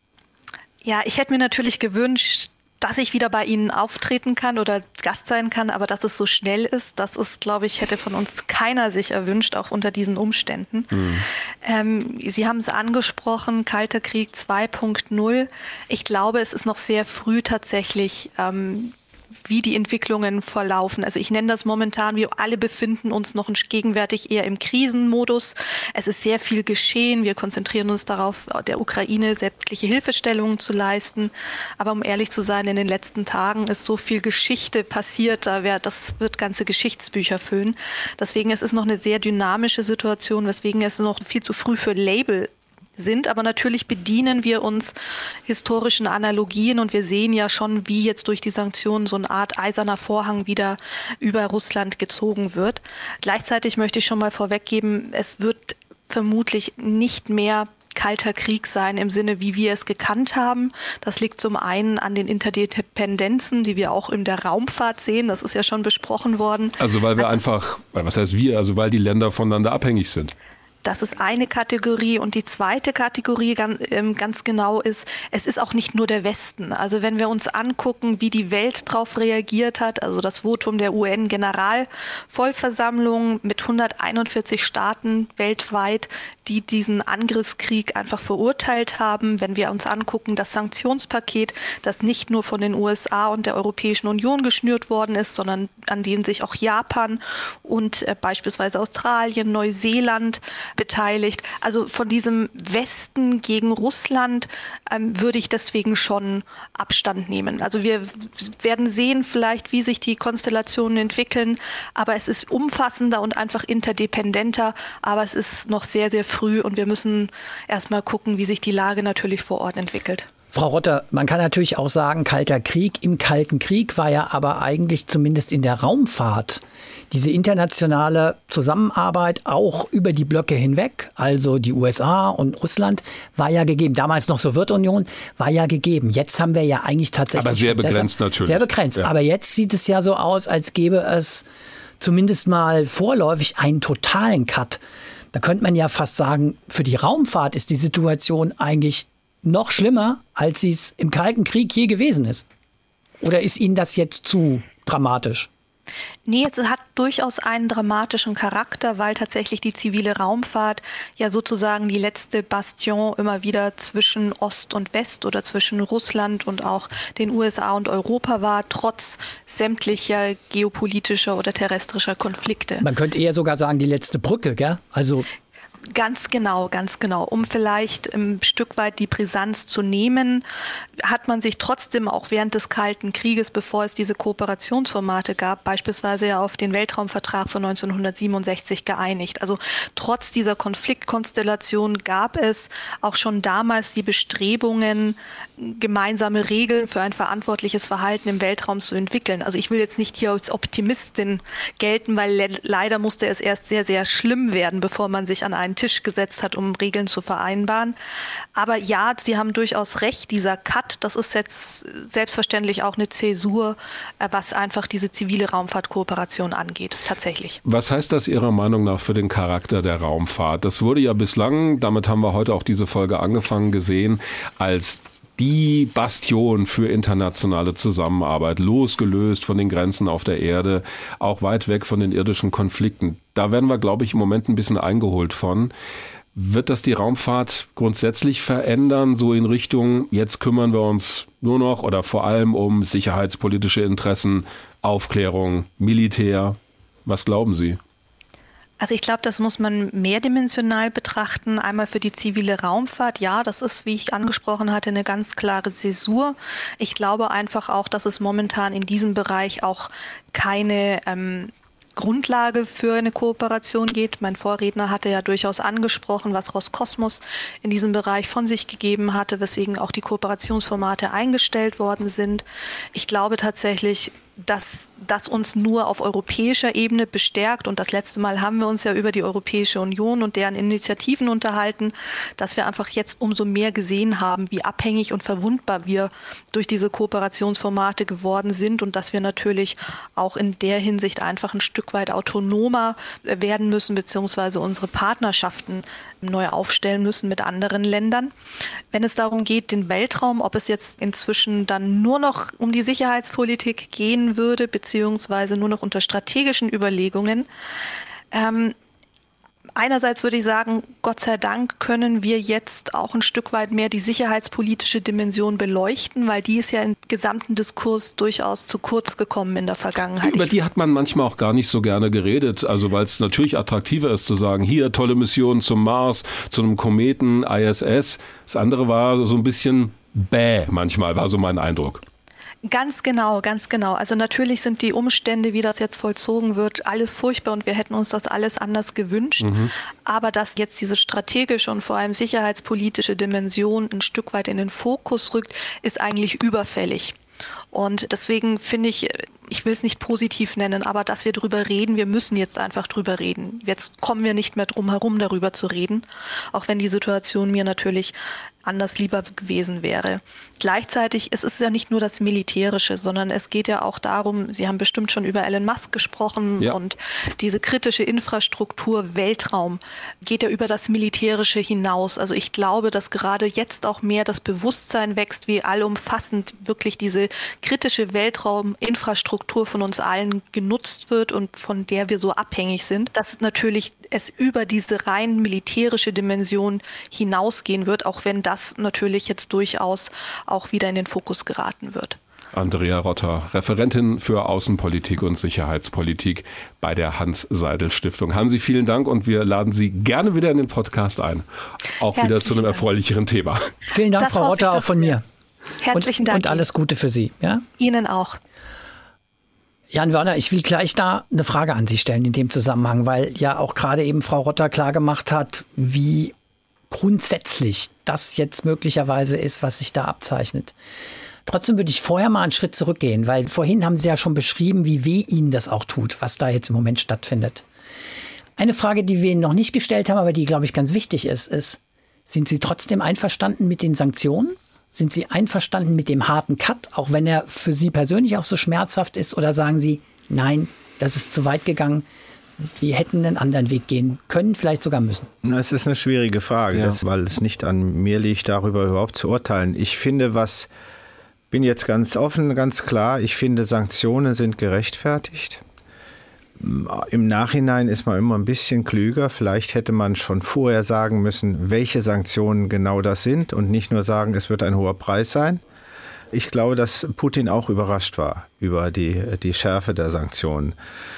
Ja, ich hätte mir natürlich gewünscht, dass ich wieder bei Ihnen auftreten kann oder Gast sein kann, aber dass es so schnell ist, das ist, glaube ich, hätte von uns keiner sich erwünscht, auch unter diesen Umständen. Mhm. Ähm, Sie haben es angesprochen, Kalter Krieg zwei Punkt null. Ich glaube, es ist noch sehr früh tatsächlich, ähm, wie die Entwicklungen verlaufen. Also ich nenne das momentan, wir alle befinden uns noch gegenwärtig eher im Krisenmodus. Es ist sehr viel geschehen. Wir konzentrieren uns darauf, der Ukraine sämtliche Hilfestellungen zu leisten. Aber um ehrlich zu sein, in den letzten Tagen ist so viel Geschichte passiert, da wär, das wird ganze Geschichtsbücher füllen. Deswegen es ist es noch eine sehr dynamische Situation, weswegen es noch viel zu früh für Label sind, aber natürlich bedienen wir uns historischen Analogien und wir sehen ja schon, wie jetzt durch die Sanktionen so eine Art eiserner Vorhang wieder über Russland gezogen wird. Gleichzeitig möchte ich schon mal vorweggeben, es wird vermutlich nicht mehr Kalter Krieg sein im Sinne, wie wir es gekannt haben. Das liegt zum einen an den Interdependenzen, die wir auch in der Raumfahrt sehen. Das ist ja schon besprochen worden. Also weil wir einfach, was heißt wir, also weil die Länder voneinander abhängig sind. Das ist eine Kategorie und die zweite Kategorie ganz, ähm, ganz genau ist, es ist auch nicht nur der Westen. Also wenn wir uns angucken, wie die Welt darauf reagiert hat, also das Votum der U N-Generalvollversammlung mit hunderteinundvierzig Staaten weltweit, die diesen Angriffskrieg einfach verurteilt haben. Wenn wir uns angucken, das Sanktionspaket, das nicht nur von den U S A und der Europäischen Union geschnürt worden ist, sondern an dem sich auch Japan und äh, beispielsweise Australien, Neuseeland beteiligt. Also von diesem Westen gegen Russland ähm, würde ich deswegen schon Abstand nehmen. Also wir werden sehen vielleicht, wie sich die Konstellationen entwickeln, aber es ist umfassender und einfach interdependenter, aber es ist noch sehr, sehr früh und wir müssen erstmal gucken, wie sich die Lage natürlich vor Ort entwickelt. Frau Rotter, man kann natürlich auch sagen, Kalter Krieg. Im Kalten Krieg war ja aber eigentlich zumindest in der Raumfahrt diese internationale Zusammenarbeit auch über die Blöcke hinweg, also die U S A und Russland, war ja gegeben. Damals noch Sowjetunion, war ja gegeben. Jetzt haben wir ja eigentlich tatsächlich... Aber sehr begrenzt deshalb, natürlich. Sehr begrenzt. Ja. Aber jetzt sieht es ja so aus, als gäbe es zumindest mal vorläufig einen totalen Cut. Da könnte man ja fast sagen, für die Raumfahrt ist die Situation eigentlich noch schlimmer, als sie es im Kalten Krieg je gewesen ist. Oder ist Ihnen das jetzt zu dramatisch? Nee, es hat durchaus einen dramatischen Charakter, weil tatsächlich die zivile Raumfahrt ja sozusagen die letzte Bastion immer wieder zwischen Ost und West oder zwischen Russland und auch den U S A und Europa war, trotz sämtlicher geopolitischer oder terrestrischer Konflikte. Man könnte eher sogar sagen, die letzte Brücke, gell? Also Ganz genau, ganz genau. Um vielleicht ein Stück weit die Brisanz zu nehmen, hat man sich trotzdem auch während des Kalten Krieges, bevor es diese Kooperationsformate gab, beispielsweise ja auf den Weltraumvertrag von neunzehnhundertsiebenundsechzig geeinigt. Also trotz dieser Konfliktkonstellation gab es auch schon damals die Bestrebungen, gemeinsame Regeln für ein verantwortliches Verhalten im Weltraum zu entwickeln. Also ich will jetzt nicht hier als Optimistin gelten, weil le- leider musste es erst sehr, sehr schlimm werden, bevor man sich an einen Tisch gesetzt hat, um Regeln zu vereinbaren. Aber ja, Sie haben durchaus recht, dieser Cut, das ist jetzt selbstverständlich auch eine Zäsur, was einfach diese zivile Raumfahrtkooperation angeht, tatsächlich. Was heißt das Ihrer Meinung nach für den Charakter der Raumfahrt? Das wurde ja bislang, damit haben wir heute auch diese Folge angefangen, gesehen, als die Bastion für internationale Zusammenarbeit, losgelöst von den Grenzen auf der Erde, auch weit weg von den irdischen Konflikten. Da werden wir, glaube ich, im Moment ein bisschen eingeholt von. Wird das die Raumfahrt grundsätzlich verändern, so in Richtung, jetzt kümmern wir uns nur noch oder vor allem um sicherheitspolitische Interessen, Aufklärung, Militär? Was glauben Sie? Also ich glaube, das muss man mehrdimensional betrachten. Einmal für die zivile Raumfahrt. Ja, das ist, wie ich angesprochen hatte, eine ganz klare Zäsur. Ich glaube einfach auch, dass es momentan in diesem Bereich auch keine ähm, Grundlage für eine Kooperation geht. Mein Vorredner hatte ja durchaus angesprochen, was Roskosmos in diesem Bereich von sich gegeben hatte, weswegen auch die Kooperationsformate eingestellt worden sind. Ich glaube tatsächlich, dass das uns nur auf europäischer Ebene bestärkt. Und das letzte Mal haben wir uns ja über die Europäische Union und deren Initiativen unterhalten, dass wir einfach jetzt umso mehr gesehen haben, wie abhängig und verwundbar wir durch diese Kooperationsformate geworden sind und dass wir natürlich auch in der Hinsicht einfach ein Stück weit autonomer werden müssen, beziehungsweise unsere Partnerschaften neu aufstellen müssen mit anderen Ländern. Wenn es darum geht, den Weltraum, ob es jetzt inzwischen dann nur noch um die Sicherheitspolitik gehen würde, beziehungsweise nur noch unter strategischen Überlegungen. Ähm, einerseits würde ich sagen, Gott sei Dank können wir jetzt auch ein Stück weit mehr die sicherheitspolitische Dimension beleuchten, weil die ist ja im gesamten Diskurs durchaus zu kurz gekommen in der Vergangenheit. Über die hat man manchmal auch gar nicht so gerne geredet, also weil es natürlich attraktiver ist zu sagen, hier tolle Mission zum Mars, zu einem Kometen, I S S. Das andere war so ein bisschen bäh manchmal, war so mein Eindruck. Ganz genau, ganz genau. Also natürlich sind die Umstände, wie das jetzt vollzogen wird, alles furchtbar und wir hätten uns das alles anders gewünscht. Mhm. Aber dass jetzt diese strategische und vor allem sicherheitspolitische Dimension ein Stück weit in den Fokus rückt, ist eigentlich überfällig. Und deswegen finde ich, ich will es nicht positiv nennen, aber dass wir drüber reden, wir müssen jetzt einfach drüber reden. Jetzt kommen wir nicht mehr drum herum, darüber zu reden, auch wenn die Situation mir natürlich anders lieber gewesen wäre. Gleichzeitig, es ist ja nicht nur das Militärische, sondern es geht ja auch darum, Sie haben bestimmt schon über Elon Musk gesprochen, ja. Und diese kritische Infrastruktur Weltraum geht ja über das Militärische hinaus. Also ich glaube, dass gerade jetzt auch mehr das Bewusstsein wächst, wie allumfassend wirklich diese kritische Weltrauminfrastruktur von uns allen genutzt wird und von der wir so abhängig sind, dass natürlich es über diese rein militärische Dimension hinausgehen wird, auch wenn das natürlich jetzt durchaus auch wieder in den Fokus geraten wird. Andrea Rotter, Referentin für Außenpolitik und Sicherheitspolitik bei der Hans-Seidel-Stiftung. Hansi, vielen Dank und wir laden Sie gerne wieder in den Podcast ein. Auch Herzlichen wieder zu einem erfreulicheren Thema. Vielen Dank, das Frau Rotter, auch von mir. Herzlichen und, Dank. Und alles Gute für Sie. Ja? Ihnen auch. Jan Wörner, ich will gleich da eine Frage an Sie stellen in dem Zusammenhang, weil ja auch gerade eben Frau Rotter klargemacht hat, wie grundsätzlich das jetzt möglicherweise ist, was sich da abzeichnet. Trotzdem würde ich vorher mal einen Schritt zurückgehen, weil vorhin haben Sie ja schon beschrieben, wie weh Ihnen das auch tut, was da jetzt im Moment stattfindet. Eine Frage, die wir Ihnen noch nicht gestellt haben, aber die, glaube ich, ganz wichtig ist, ist, sind Sie trotzdem einverstanden mit den Sanktionen? Sind Sie einverstanden mit dem harten Cut, auch wenn er für Sie persönlich auch so schmerzhaft ist? Oder sagen Sie, nein, das ist zu weit gegangen, wir hätten einen anderen Weg gehen können, vielleicht sogar müssen? Es ist eine schwierige Frage, ja. das, weil es nicht an mir liegt, darüber überhaupt zu urteilen. Ich finde, was, bin jetzt ganz offen, ganz klar, ich finde, Sanktionen sind gerechtfertigt. Im Nachhinein ist man immer ein bisschen klüger. Vielleicht hätte man schon vorher sagen müssen, welche Sanktionen genau das sind und nicht nur sagen, es wird ein hoher Preis sein. Ich glaube, dass Putin auch überrascht war über die, die Schärfe der Sanktionen.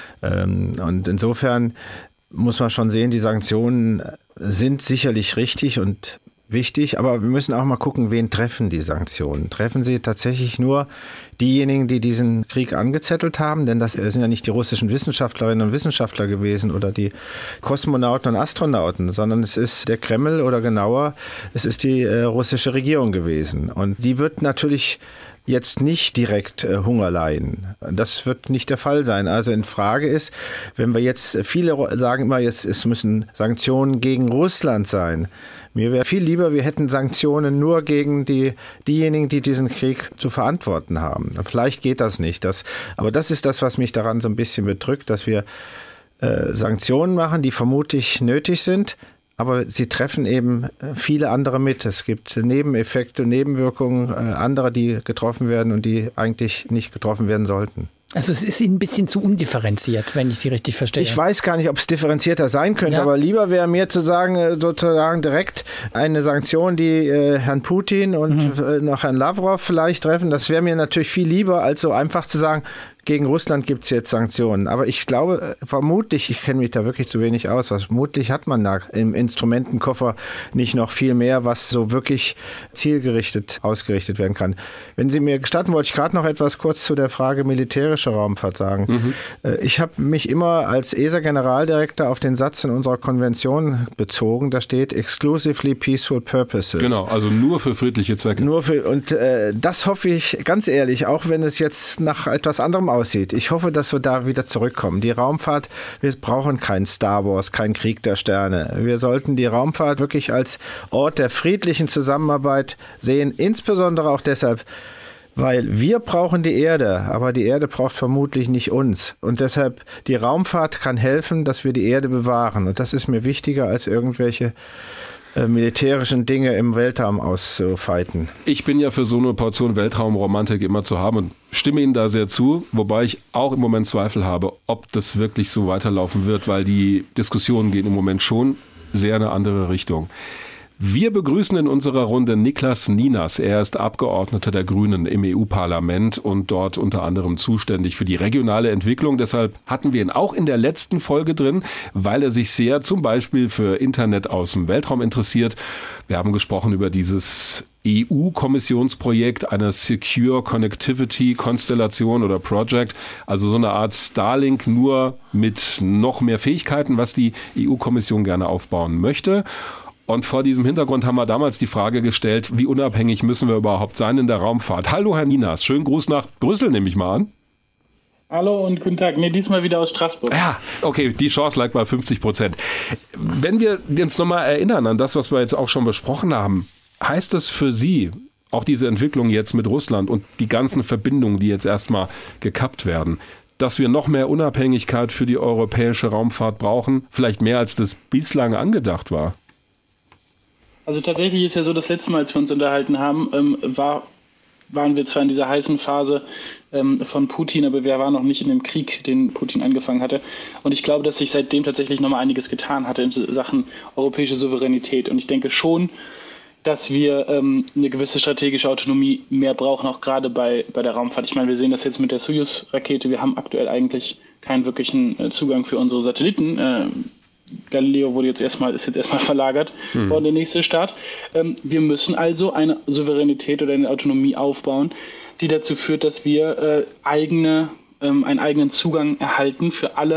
Und insofern muss man schon sehen, die Sanktionen sind sicherlich richtig und wichtig, aber wir müssen auch mal gucken, wen treffen die Sanktionen. Treffen sie tatsächlich nur diejenigen, die diesen Krieg angezettelt haben? Denn das sind ja nicht die russischen Wissenschaftlerinnen und Wissenschaftler gewesen oder die Kosmonauten und Astronauten, sondern es ist der Kreml oder genauer, es ist die äh, russische Regierung gewesen. Und die wird natürlich jetzt nicht direkt äh, Hunger leiden. Das wird nicht der Fall sein. Also in Frage ist, wenn wir jetzt, viele sagen immer, jetzt, es müssen Sanktionen gegen Russland sein. Mir wäre viel lieber, wir hätten Sanktionen nur gegen die, diejenigen, die diesen Krieg zu verantworten haben. Vielleicht geht das nicht. Das, aber das ist das, was mich daran so ein bisschen bedrückt, dass wir äh, Sanktionen machen, die vermutlich nötig sind, aber sie treffen eben viele andere mit. Es gibt Nebeneffekte, Nebenwirkungen, äh, andere, die getroffen werden und die eigentlich nicht getroffen werden sollten. Also es ist Ihnen ein bisschen zu undifferenziert, wenn ich Sie richtig verstehe. Ich weiß gar nicht, ob es differenzierter sein könnte, ja. aber lieber wäre mir zu sagen, sozusagen direkt eine Sanktion, die äh, Herrn Putin und mhm. äh, noch Herrn Lavrov vielleicht treffen. Das wäre mir natürlich viel lieber, als so einfach zu sagen, gegen Russland gibt es jetzt Sanktionen. Aber ich glaube, vermutlich, ich kenne mich da wirklich zu wenig aus, vermutlich hat man da im Instrumentenkoffer nicht noch viel mehr, was so wirklich zielgerichtet ausgerichtet werden kann. Wenn Sie mir gestatten, wollte ich gerade noch etwas kurz zu der Frage militärische Raumfahrt sagen. Mhm. Ich habe mich immer als E S A-Generaldirektor auf den Satz in unserer Konvention bezogen, da steht exclusively peaceful purposes. Genau, also nur für friedliche Zwecke. Nur für, und äh, das hoffe ich, ganz ehrlich, auch wenn es jetzt nach etwas anderem aussieht. Ich hoffe, dass wir da wieder zurückkommen. Die Raumfahrt, wir brauchen kein Star Wars, kein Krieg der Sterne. Wir sollten die Raumfahrt wirklich als Ort der friedlichen Zusammenarbeit sehen, insbesondere auch deshalb, weil wir brauchen die Erde, aber die Erde braucht vermutlich nicht uns. Und deshalb, die Raumfahrt kann helfen, dass wir die Erde bewahren. Und das ist mir wichtiger als irgendwelche äh, militärischen Dinge im Weltraum auszufeiten. Ich bin ja für so eine Portion Weltraumromantik immer zu haben und stimme Ihnen da sehr zu, wobei ich auch im Moment Zweifel habe, ob das wirklich so weiterlaufen wird, weil die Diskussionen gehen im Moment schon sehr in eine andere Richtung. Wir begrüßen in unserer Runde Niklas Ninas. Er ist Abgeordneter der Grünen im E U-Parlament und dort unter anderem zuständig für die regionale Entwicklung. Deshalb hatten wir ihn auch in der letzten Folge drin, weil er sich sehr zum Beispiel für Internet aus dem Weltraum interessiert. Wir haben gesprochen über dieses E U-Kommissionsprojekt einer Secure Connectivity Konstellation oder Project, also so eine Art Starlink nur mit noch mehr Fähigkeiten, was die E U-Kommission gerne aufbauen möchte. Und vor diesem Hintergrund haben wir damals die Frage gestellt, wie unabhängig müssen wir überhaupt sein in der Raumfahrt? Hallo Herr Ninas, schönen Gruß nach Brüssel, nehme ich mal an. Hallo und guten Tag. Nee, diesmal wieder aus Straßburg. Ja, okay, die Chance lag bei fünfzig Prozent. Wenn wir uns nochmal erinnern an das, was wir jetzt auch schon besprochen haben, heißt das für Sie, auch diese Entwicklung jetzt mit Russland und die ganzen Verbindungen, die jetzt erstmal gekappt werden, dass wir noch mehr Unabhängigkeit für die europäische Raumfahrt brauchen, vielleicht mehr als das bislang angedacht war? Also tatsächlich ist ja so, das letzte Mal, als wir uns unterhalten haben, ähm, war, waren wir zwar in dieser heißen Phase ähm, von Putin, aber wir waren noch nicht in dem Krieg, den Putin angefangen hatte. Und ich glaube, dass sich seitdem tatsächlich nochmal einiges getan hatte in Sachen europäische Souveränität. Und ich denke schon, dass wir ähm, eine gewisse strategische Autonomie mehr brauchen, auch gerade bei, bei der Raumfahrt. Ich meine, wir sehen das jetzt mit der Soyuz-Rakete. Wir haben aktuell eigentlich keinen wirklichen äh, Zugang für unsere Satelliten. Äh, Galileo wurde jetzt erstmal, ist jetzt erstmal verlagert mhm. worden, der nächste Start. Ähm, wir müssen also eine Souveränität oder eine Autonomie aufbauen, die dazu führt, dass wir äh, eigene, ähm, einen eigenen Zugang erhalten für alle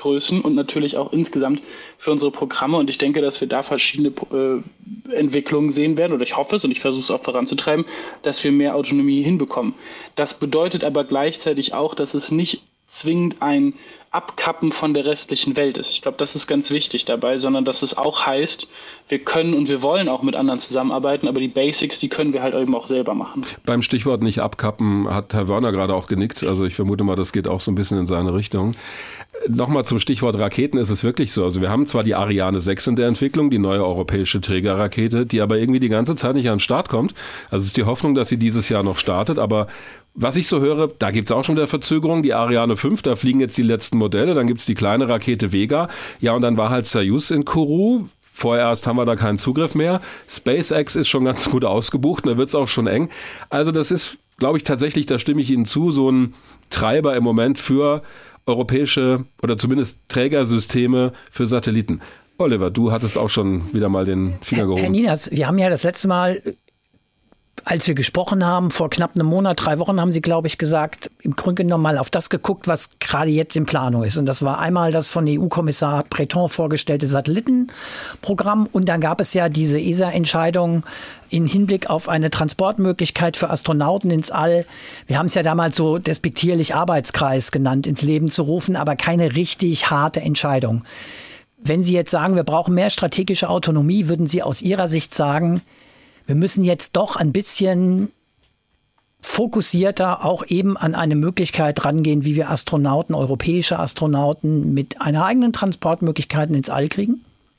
Schiffsgrößen und natürlich auch insgesamt für unsere Programme. Und ich denke, dass wir da verschiedene äh, Entwicklungen sehen werden, oder ich hoffe es und ich versuche es auch voranzutreiben, dass wir mehr Autonomie hinbekommen. Das bedeutet aber gleichzeitig auch, dass es nicht zwingend ein Abkappen von der restlichen Welt ist. Ich glaube, das ist ganz wichtig dabei, sondern dass es auch heißt, wir können und wir wollen auch mit anderen zusammenarbeiten, aber die Basics, die können wir halt eben auch selber machen. Beim Stichwort nicht abkappen hat Herr Wörner gerade auch genickt. Also ich vermute mal, das geht auch so ein bisschen in seine Richtung. Nochmal zum Stichwort Raketen ist es wirklich so. Also wir haben zwar die Ariane sechs in der Entwicklung, die neue europäische Trägerrakete, die aber irgendwie die ganze Zeit nicht an den Start kommt. Also es ist die Hoffnung, dass sie dieses Jahr noch startet, aber was ich so höre, da gibt's auch schon wieder Verzögerung. Die Ariane fünf, da fliegen jetzt die letzten Modelle. Dann gibt's die kleine Rakete Vega. Ja, und dann war halt Soyuz in Kourou. Vorerst haben wir da keinen Zugriff mehr. SpaceX ist schon ganz gut ausgebucht. Da wird's auch schon eng. Also das ist, glaube ich, tatsächlich, da stimme ich Ihnen zu, so ein Treiber im Moment für europäische oder zumindest Trägersysteme für Satelliten. Oliver, du hattest auch schon wieder mal den Finger gehoben. Herr Nieners, wir haben ja das letzte Mal, als wir gesprochen haben, vor knapp einem Monat, drei Wochen, haben Sie, glaube ich, gesagt, im Grunde genommen mal auf das geguckt, was gerade jetzt in Planung ist. Und das war einmal das von E U-Kommissar Breton vorgestellte Satellitenprogramm. Und dann gab es ja diese E S A-Entscheidung in Hinblick auf eine Transportmöglichkeit für Astronauten ins All. Wir haben es ja damals so despektierlich Arbeitskreis genannt, ins Leben zu rufen, aber keine richtig harte Entscheidung. Wenn Sie jetzt sagen, wir brauchen mehr strategische Autonomie, würden Sie aus Ihrer Sicht sagen, wir müssen jetzt doch ein bisschen fokussierter auch eben an eine Möglichkeit rangehen, wie wir Astronauten, europäische Astronauten mit einer eigenen Transportmöglichkeit ins All kriegen?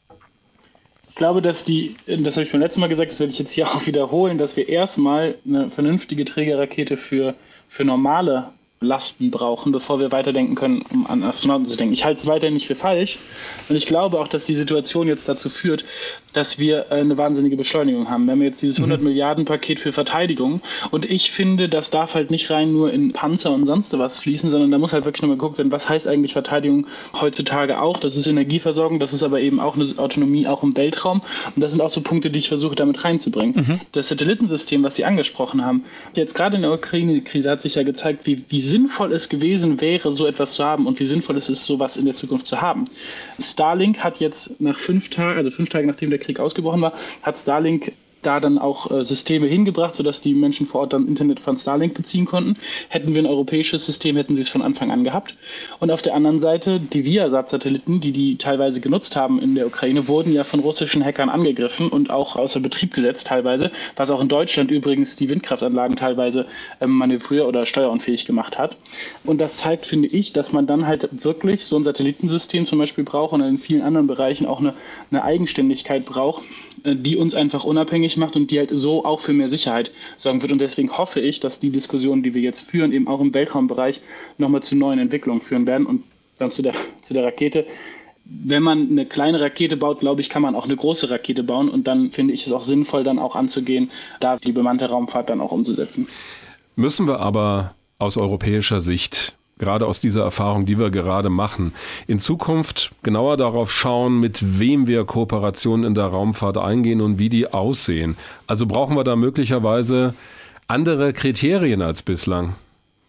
Ich glaube, dass die, das habe ich beim letzten Mal gesagt, das werde ich jetzt hier auch wiederholen, dass wir erstmal eine vernünftige Trägerrakete für, für normale Lasten brauchen, bevor wir weiterdenken können, um an Astronauten zu denken. Ich halte es weiterhin nicht für falsch und ich glaube auch, dass die Situation jetzt dazu führt, dass wir eine wahnsinnige Beschleunigung haben. Wir haben jetzt dieses hundert Milliarden Paket für Verteidigung und ich finde, das darf halt nicht rein nur in Panzer und sonst was fließen, sondern da muss halt wirklich nochmal geguckt werden, was heißt eigentlich Verteidigung heutzutage auch. Das ist Energieversorgung, das ist aber eben auch eine Autonomie auch im Weltraum und das sind auch so Punkte, die ich versuche damit reinzubringen. Mhm. Das Satellitensystem, was Sie angesprochen haben, jetzt gerade in der Ukraine-Krise hat sich ja gezeigt, wie, wie sinnvoll es gewesen wäre, so etwas zu haben und wie sinnvoll es ist, sowas in der Zukunft zu haben. Starlink hat jetzt nach fünf Tagen, also fünf Tage nachdem der Krieg ausgebrochen war, hat Starlink da dann auch äh, Systeme hingebracht, sodass die Menschen vor Ort dann Internet von Starlink beziehen konnten. Hätten wir ein europäisches System, hätten sie es von Anfang an gehabt. Und auf der anderen Seite, die Viasat-Satelliten, die die teilweise genutzt haben in der Ukraine, wurden ja von russischen Hackern angegriffen und auch außer Betrieb gesetzt teilweise, was auch in Deutschland übrigens die Windkraftanlagen teilweise ähm, manövrier- oder steuerunfähig gemacht hat. Und das zeigt, finde ich, dass man dann halt wirklich so ein Satellitensystem zum Beispiel braucht und in vielen anderen Bereichen auch eine, eine Eigenständigkeit braucht, die uns einfach unabhängig macht und die halt so auch für mehr Sicherheit sorgen wird. Und deswegen hoffe ich, dass die Diskussionen, die wir jetzt führen, eben auch im Weltraumbereich nochmal zu neuen Entwicklungen führen werden. Und dann zu der, zu der Rakete. Wenn man eine kleine Rakete baut, glaube ich, kann man auch eine große Rakete bauen. Und dann finde ich es auch sinnvoll, dann auch anzugehen, da die bemannte Raumfahrt dann auch umzusetzen. Müssen wir aber aus europäischer Sicht, gerade aus dieser Erfahrung, die wir gerade machen, in Zukunft genauer darauf schauen, mit wem wir Kooperationen in der Raumfahrt eingehen und wie die aussehen. Also brauchen wir da möglicherweise andere Kriterien als bislang?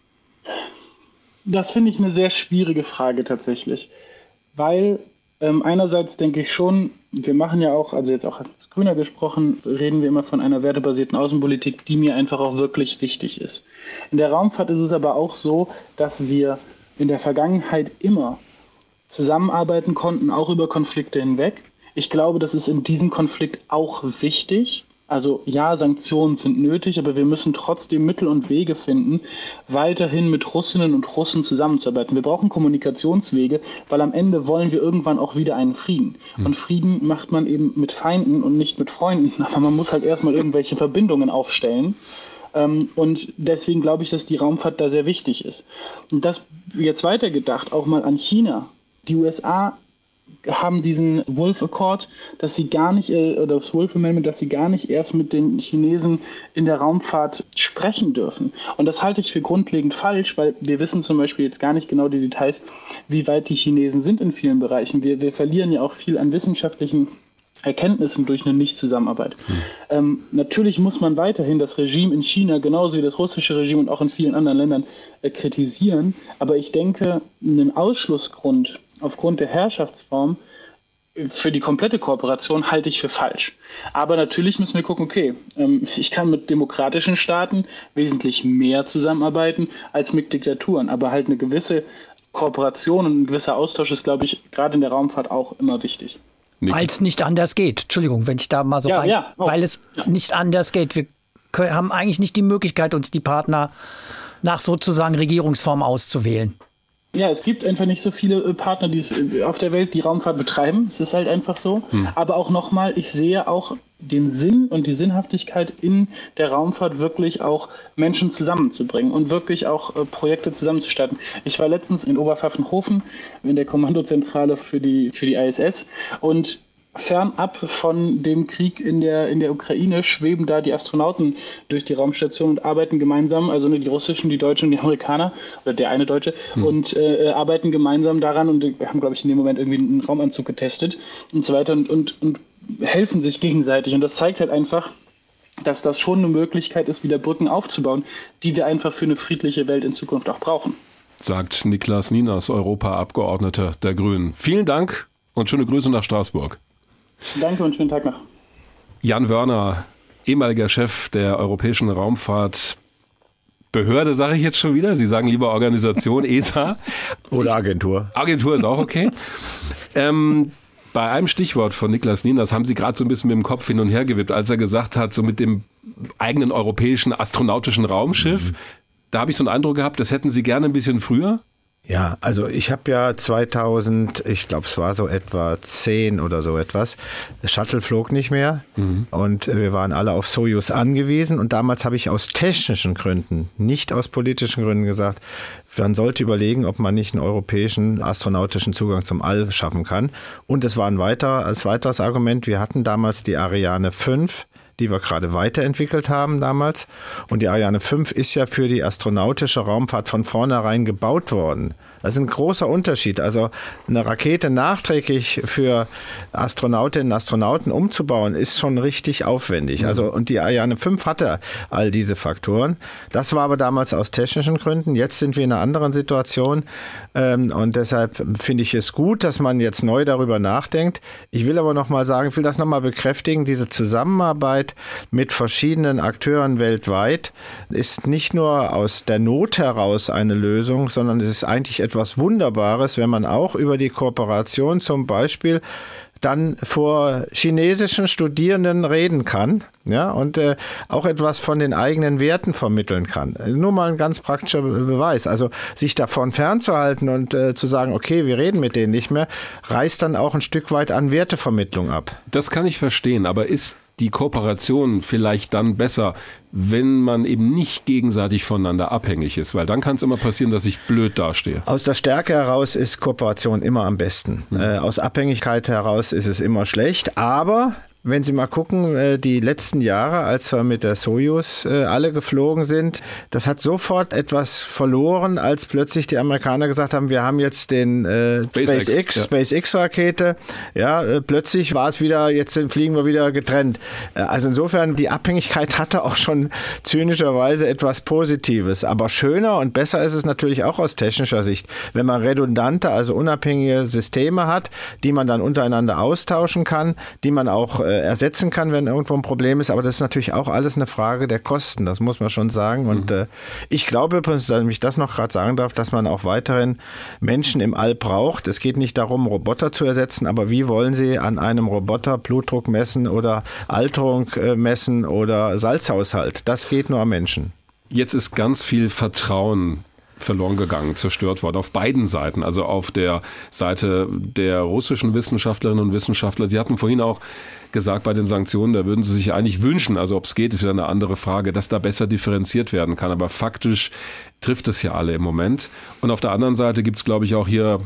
Das finde ich eine sehr schwierige Frage tatsächlich, weil ähm, einerseits denke ich schon, wir machen ja auch, also jetzt auch als Grüner gesprochen, reden wir immer von einer wertebasierten Außenpolitik, die mir einfach auch wirklich wichtig ist. In der Raumfahrt ist es aber auch so, dass wir in der Vergangenheit immer zusammenarbeiten konnten, auch über Konflikte hinweg. Ich glaube, das ist in diesem Konflikt auch wichtig. Also ja, Sanktionen sind nötig, aber wir müssen trotzdem Mittel und Wege finden, weiterhin mit Russinnen und Russen zusammenzuarbeiten. Wir brauchen Kommunikationswege, weil am Ende wollen wir irgendwann auch wieder einen Frieden. Und Frieden macht man eben mit Feinden und nicht mit Freunden. Aber man muss halt erstmal irgendwelche Verbindungen aufstellen. Und deswegen glaube ich, dass die Raumfahrt da sehr wichtig ist. Und das jetzt weitergedacht, auch mal an China. Die U S A haben diesen Wolf Accord, dass sie gar nicht, oder das Wolf Amendment, dass sie gar nicht erst mit den Chinesen in der Raumfahrt sprechen dürfen. Und das halte ich für grundlegend falsch, weil wir wissen zum Beispiel jetzt gar nicht genau die Details, wie weit die Chinesen sind in vielen Bereichen. Wir, wir verlieren ja auch viel an wissenschaftlichen Erkenntnissen durch eine Nichtzusammenarbeit. Hm. Ähm, natürlich muss man weiterhin das Regime in China, genauso wie das russische Regime und auch in vielen anderen Ländern, äh, kritisieren. Aber ich denke, ein Ausschlussgrund aufgrund der Herrschaftsform für die komplette Kooperation halte ich für falsch. Aber natürlich müssen wir gucken, okay, ich kann mit demokratischen Staaten wesentlich mehr zusammenarbeiten als mit Diktaturen, aber halt eine gewisse Kooperation und ein gewisser Austausch ist, glaube ich, gerade in der Raumfahrt auch immer wichtig. Weil es nicht anders geht. Entschuldigung, wenn ich da mal so ja, rein... Ja, weil es ja. nicht anders geht. Wir können, haben eigentlich nicht die Möglichkeit, uns die Partner nach sozusagen Regierungsform auszuwählen. Ja, es gibt einfach nicht so viele Partner, die es auf der Welt die Raumfahrt betreiben. Es ist halt einfach so. Hm. Aber auch nochmal, ich sehe auch den Sinn und die Sinnhaftigkeit in der Raumfahrt, wirklich auch Menschen zusammenzubringen und wirklich auch äh, Projekte zusammenzustarten. Ich war letztens in Oberpfaffenhofen in der Kommandozentrale für die, für die I S S und fernab von dem Krieg in der, in der Ukraine schweben da die Astronauten durch die Raumstation und arbeiten gemeinsam, also die russischen, die Deutschen und die Amerikaner, oder der eine Deutsche, hm. und äh, arbeiten gemeinsam daran und haben, glaube ich, in dem Moment irgendwie einen Raumanzug getestet und so weiter und, und, und helfen sich gegenseitig. Und das zeigt halt einfach, dass das schon eine Möglichkeit ist, wieder Brücken aufzubauen, die wir einfach für eine friedliche Welt in Zukunft auch brauchen. Sagt Niklas Ninas, Europaabgeordneter der Grünen. Vielen Dank und schöne Grüße nach Straßburg. Danke und schönen Tag noch. Jan Wörner, ehemaliger Chef der Europäischen Raumfahrtbehörde, sage ich jetzt schon wieder. Sie sagen lieber Organisation, E S A. Oder Agentur. Agentur ist auch okay. ähm, bei einem Stichwort von Niklas Ninas haben Sie gerade so ein bisschen mit dem Kopf hin und her gewippt, als er gesagt hat, so mit dem eigenen europäischen astronautischen Raumschiff. Mhm. Da habe ich so einen Eindruck gehabt, das hätten Sie gerne ein bisschen früher. Ja, also ich habe ja zweitausend, ich glaube es war so etwa zehn oder so etwas, das Shuttle flog nicht mehr mhm. und wir waren alle auf Sojus angewiesen und damals habe ich aus technischen Gründen, nicht aus politischen Gründen gesagt, man sollte überlegen, ob man nicht einen europäischen astronautischen Zugang zum All schaffen kann. Und es war ein weiter, als weiteres Argument, wir hatten damals die Ariane fünf, die wir gerade weiterentwickelt haben damals. Und die Ariane fünf ist ja für die astronautische Raumfahrt von vornherein gebaut worden. Das ist ein großer Unterschied. Also eine Rakete nachträglich für Astronautinnen und Astronauten umzubauen, ist schon richtig aufwendig. Also, und die Ariane fünf hatte all diese Faktoren. Das war aber damals aus technischen Gründen. Jetzt sind wir in einer anderen Situation. Und deshalb finde ich es gut, dass man jetzt neu darüber nachdenkt. Ich will aber noch mal sagen, ich will das noch mal bekräftigen, diese Zusammenarbeit mit verschiedenen Akteuren weltweit ist nicht nur aus der Not heraus eine Lösung, sondern es ist eigentlich etwas Wunderbares, wenn man auch über die Kooperation zum Beispiel dann vor chinesischen Studierenden reden kann, ja, und äh, auch etwas von den eigenen Werten vermitteln kann. Nur mal ein ganz praktischer Beweis. Also sich davon fernzuhalten und äh, zu sagen, okay, wir reden mit denen nicht mehr, reißt dann auch ein Stück weit an Wertevermittlung ab. Das kann ich verstehen, aber ist die Kooperation vielleicht dann besser, wenn man eben nicht gegenseitig voneinander abhängig ist? Weil dann kann es immer passieren, dass ich blöd dastehe. Aus der Stärke heraus ist Kooperation immer am besten. Mhm. Äh, aus Abhängigkeit heraus ist es immer schlecht. Aber wenn Sie mal gucken, die letzten Jahre, als wir mit der Sojus alle geflogen sind, das hat sofort etwas verloren, als plötzlich die Amerikaner gesagt haben, wir haben jetzt den äh, SpaceX, ja. SpaceX-Rakete. Ja, äh, plötzlich war es wieder, jetzt fliegen wir wieder getrennt. Äh, also insofern, die Abhängigkeit hatte auch schon zynischerweise etwas Positives. Aber schöner und besser ist es natürlich auch aus technischer Sicht, wenn man redundante, also unabhängige Systeme hat, die man dann untereinander austauschen kann, die man auch äh, ersetzen kann, wenn irgendwo ein Problem ist. Aber das ist natürlich auch alles eine Frage der Kosten, das muss man schon sagen. Und mhm. äh, ich glaube übrigens, wenn ich das noch gerade sagen darf, dass man auch weiterhin Menschen im All braucht. Es geht nicht darum, Roboter zu ersetzen, aber wie wollen Sie an einem Roboter Blutdruck messen oder Alterung äh, messen oder Salzhaushalt? Das geht nur am Menschen. Jetzt ist ganz viel Vertrauen verloren gegangen, zerstört worden, auf beiden Seiten, also auf der Seite der russischen Wissenschaftlerinnen und Wissenschaftler. Sie hatten vorhin auch gesagt, bei den Sanktionen, da würden Sie sich eigentlich wünschen, also ob es geht, ist wieder eine andere Frage, dass da besser differenziert werden kann, aber faktisch trifft es ja alle im Moment. Und auf der anderen Seite gibt es, glaube ich, auch hier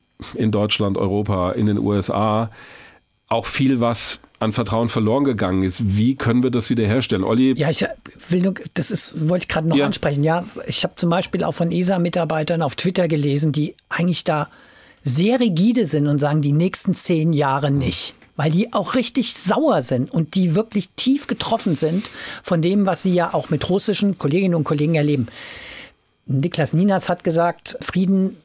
in Deutschland, Europa, in den U S A auch viel, was an Vertrauen verloren gegangen ist. Wie können wir das wiederherstellen? Olli? Ja, ich will nur, das ist, wollte ich gerade noch ja. ansprechen. Ja, ich habe zum Beispiel auch von E S A-Mitarbeitern auf Twitter gelesen, die eigentlich da sehr rigide sind und sagen, die nächsten zehn Jahre nicht. Weil die auch richtig sauer sind und die wirklich tief getroffen sind von dem, was sie ja auch mit russischen Kolleginnen und Kollegen erleben. Niklas Ninas hat gesagt, Frieden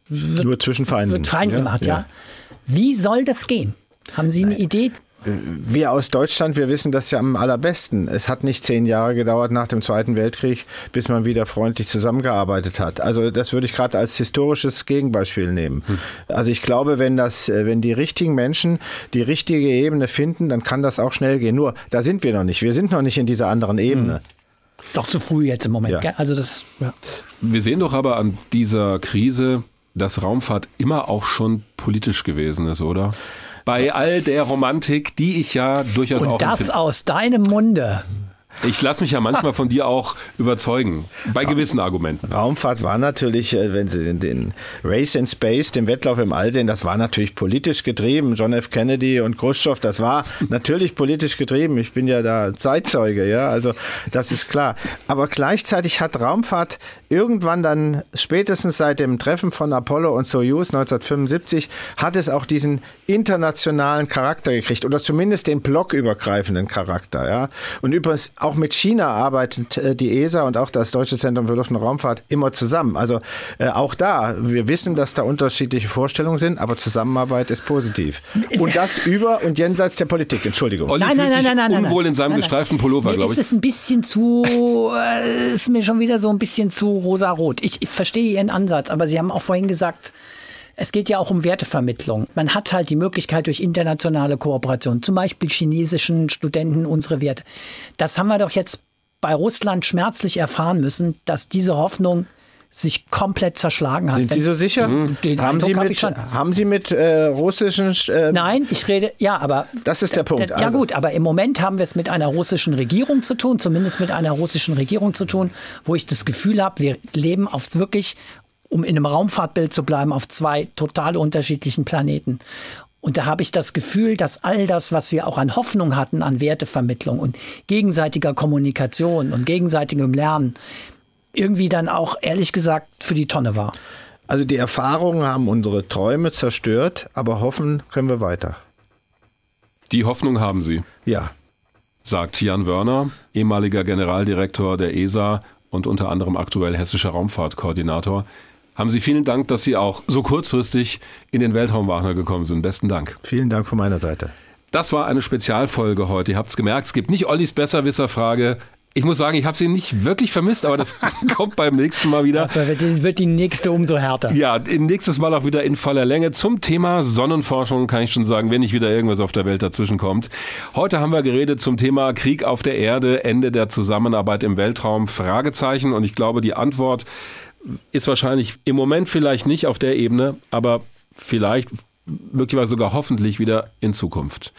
wird, nur zwischen Feinden. Wird fein ja, gemacht, ja. ja. Wie soll das gehen? Haben Sie eine Nein. Idee? Wir aus Deutschland, wir wissen das ja am allerbesten. Es hat nicht zehn Jahre gedauert nach dem Zweiten Weltkrieg, bis man wieder freundlich zusammengearbeitet hat. Also das würde ich gerade als historisches Gegenbeispiel nehmen. Hm. Also ich glaube, wenn das, wenn die richtigen Menschen die richtige Ebene finden, dann kann das auch schnell gehen. Nur, da sind wir noch nicht. Wir sind noch nicht in dieser anderen Ebene. Hm. Doch zu früh jetzt im Moment. Ja. Also das, ja. Wir sehen doch aber an dieser Krise, dass Raumfahrt immer auch schon politisch gewesen ist, oder? Bei all der Romantik, die ich ja durchaus Und auch... Und das empfinde. aus deinem Munde. Ich lasse mich ja manchmal von dir auch überzeugen, bei gewissen Argumenten. Raumfahrt war natürlich, wenn Sie den, den Race in Space, den Wettlauf im All sehen, das war natürlich politisch getrieben. John F. Kennedy und Khrushchev, das war natürlich politisch getrieben. Ich bin ja da Zeitzeuge, ja, also das ist klar. Aber gleichzeitig hat Raumfahrt irgendwann dann, spätestens seit dem Treffen von Apollo und Soyuz neunzehnhundertfünfundsiebzig, hat es auch diesen internationalen Charakter gekriegt oder zumindest den blockübergreifenden Charakter, ja. Und übrigens auch mit China arbeitet die E S A und auch das Deutsche Zentrum für Luft- und Raumfahrt immer zusammen. Also äh, auch da, wir wissen, dass da unterschiedliche Vorstellungen sind, aber Zusammenarbeit ist positiv. Und das über und jenseits der Politik. Entschuldigung. Olli nein, fühlt nein, sich nein, nein, nein, unwohl nein, in seinem nein, gestreiften Pullover, glaube ich. Ist es ein bisschen zu, äh, ist mir schon wieder so ein bisschen zu rosarot. Ich, ich verstehe Ihren Ansatz, aber Sie haben auch vorhin gesagt, es geht ja auch um Wertevermittlung. Man hat halt die Möglichkeit durch internationale Kooperation, zum Beispiel chinesischen Studenten, unsere Werte. Das haben wir doch jetzt bei Russland schmerzlich erfahren müssen, dass diese Hoffnung sich komplett zerschlagen hat. Sind Sie so sicher? Den haben, Sie hab mit, ich schon. haben Sie mit äh, russischen... Äh, Nein, ich rede, ja, aber... Das ist der Punkt. Ja also. gut, aber im Moment haben wir es mit einer russischen Regierung zu tun, zumindest mit einer russischen Regierung zu tun, wo ich das Gefühl habe, wir leben auf wirklich, um in einem Raumfahrtbild zu bleiben, auf zwei total unterschiedlichen Planeten. Und da habe ich das Gefühl, dass all das, was wir auch an Hoffnung hatten, an Wertevermittlung und gegenseitiger Kommunikation und gegenseitigem Lernen, irgendwie dann auch, ehrlich gesagt, für die Tonne war. Also die Erfahrungen haben unsere Träume zerstört, aber hoffen können wir weiter. Die Hoffnung haben Sie. Ja. Sagt Jan Wörner, ehemaliger Generaldirektor der E S A und unter anderem aktuell hessischer Raumfahrtkoordinator. Haben Sie vielen Dank, dass Sie auch so kurzfristig in den Weltraum Wagner gekommen sind. Besten Dank. Vielen Dank von meiner Seite. Das war eine Spezialfolge heute. Ihr habt es gemerkt, es gibt nicht Ollis Besserwisser-Frage. Ich muss sagen, ich habe sie nicht wirklich vermisst, aber das kommt beim nächsten Mal wieder. Dafür wird, wird die nächste umso härter. Ja, nächstes Mal auch wieder in voller Länge. Zum Thema Sonnenforschung kann ich schon sagen, wenn nicht wieder irgendwas auf der Welt dazwischen kommt. Heute haben wir geredet zum Thema Krieg auf der Erde, Ende der Zusammenarbeit im Weltraum, Fragezeichen. Und ich glaube, die Antwort ist wahrscheinlich im Moment vielleicht nicht auf der Ebene, aber vielleicht, möglicherweise sogar hoffentlich wieder in Zukunft.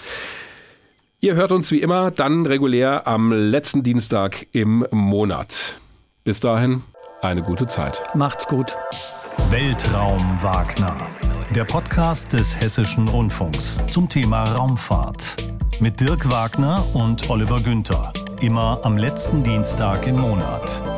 Ihr hört uns wie immer dann regulär am letzten Dienstag im Monat. Bis dahin, eine gute Zeit. Macht's gut. Weltraum Wagner, der Podcast des Hessischen Rundfunks zum Thema Raumfahrt. Mit Dirk Wagner und Oliver Günther. Immer am letzten Dienstag im Monat.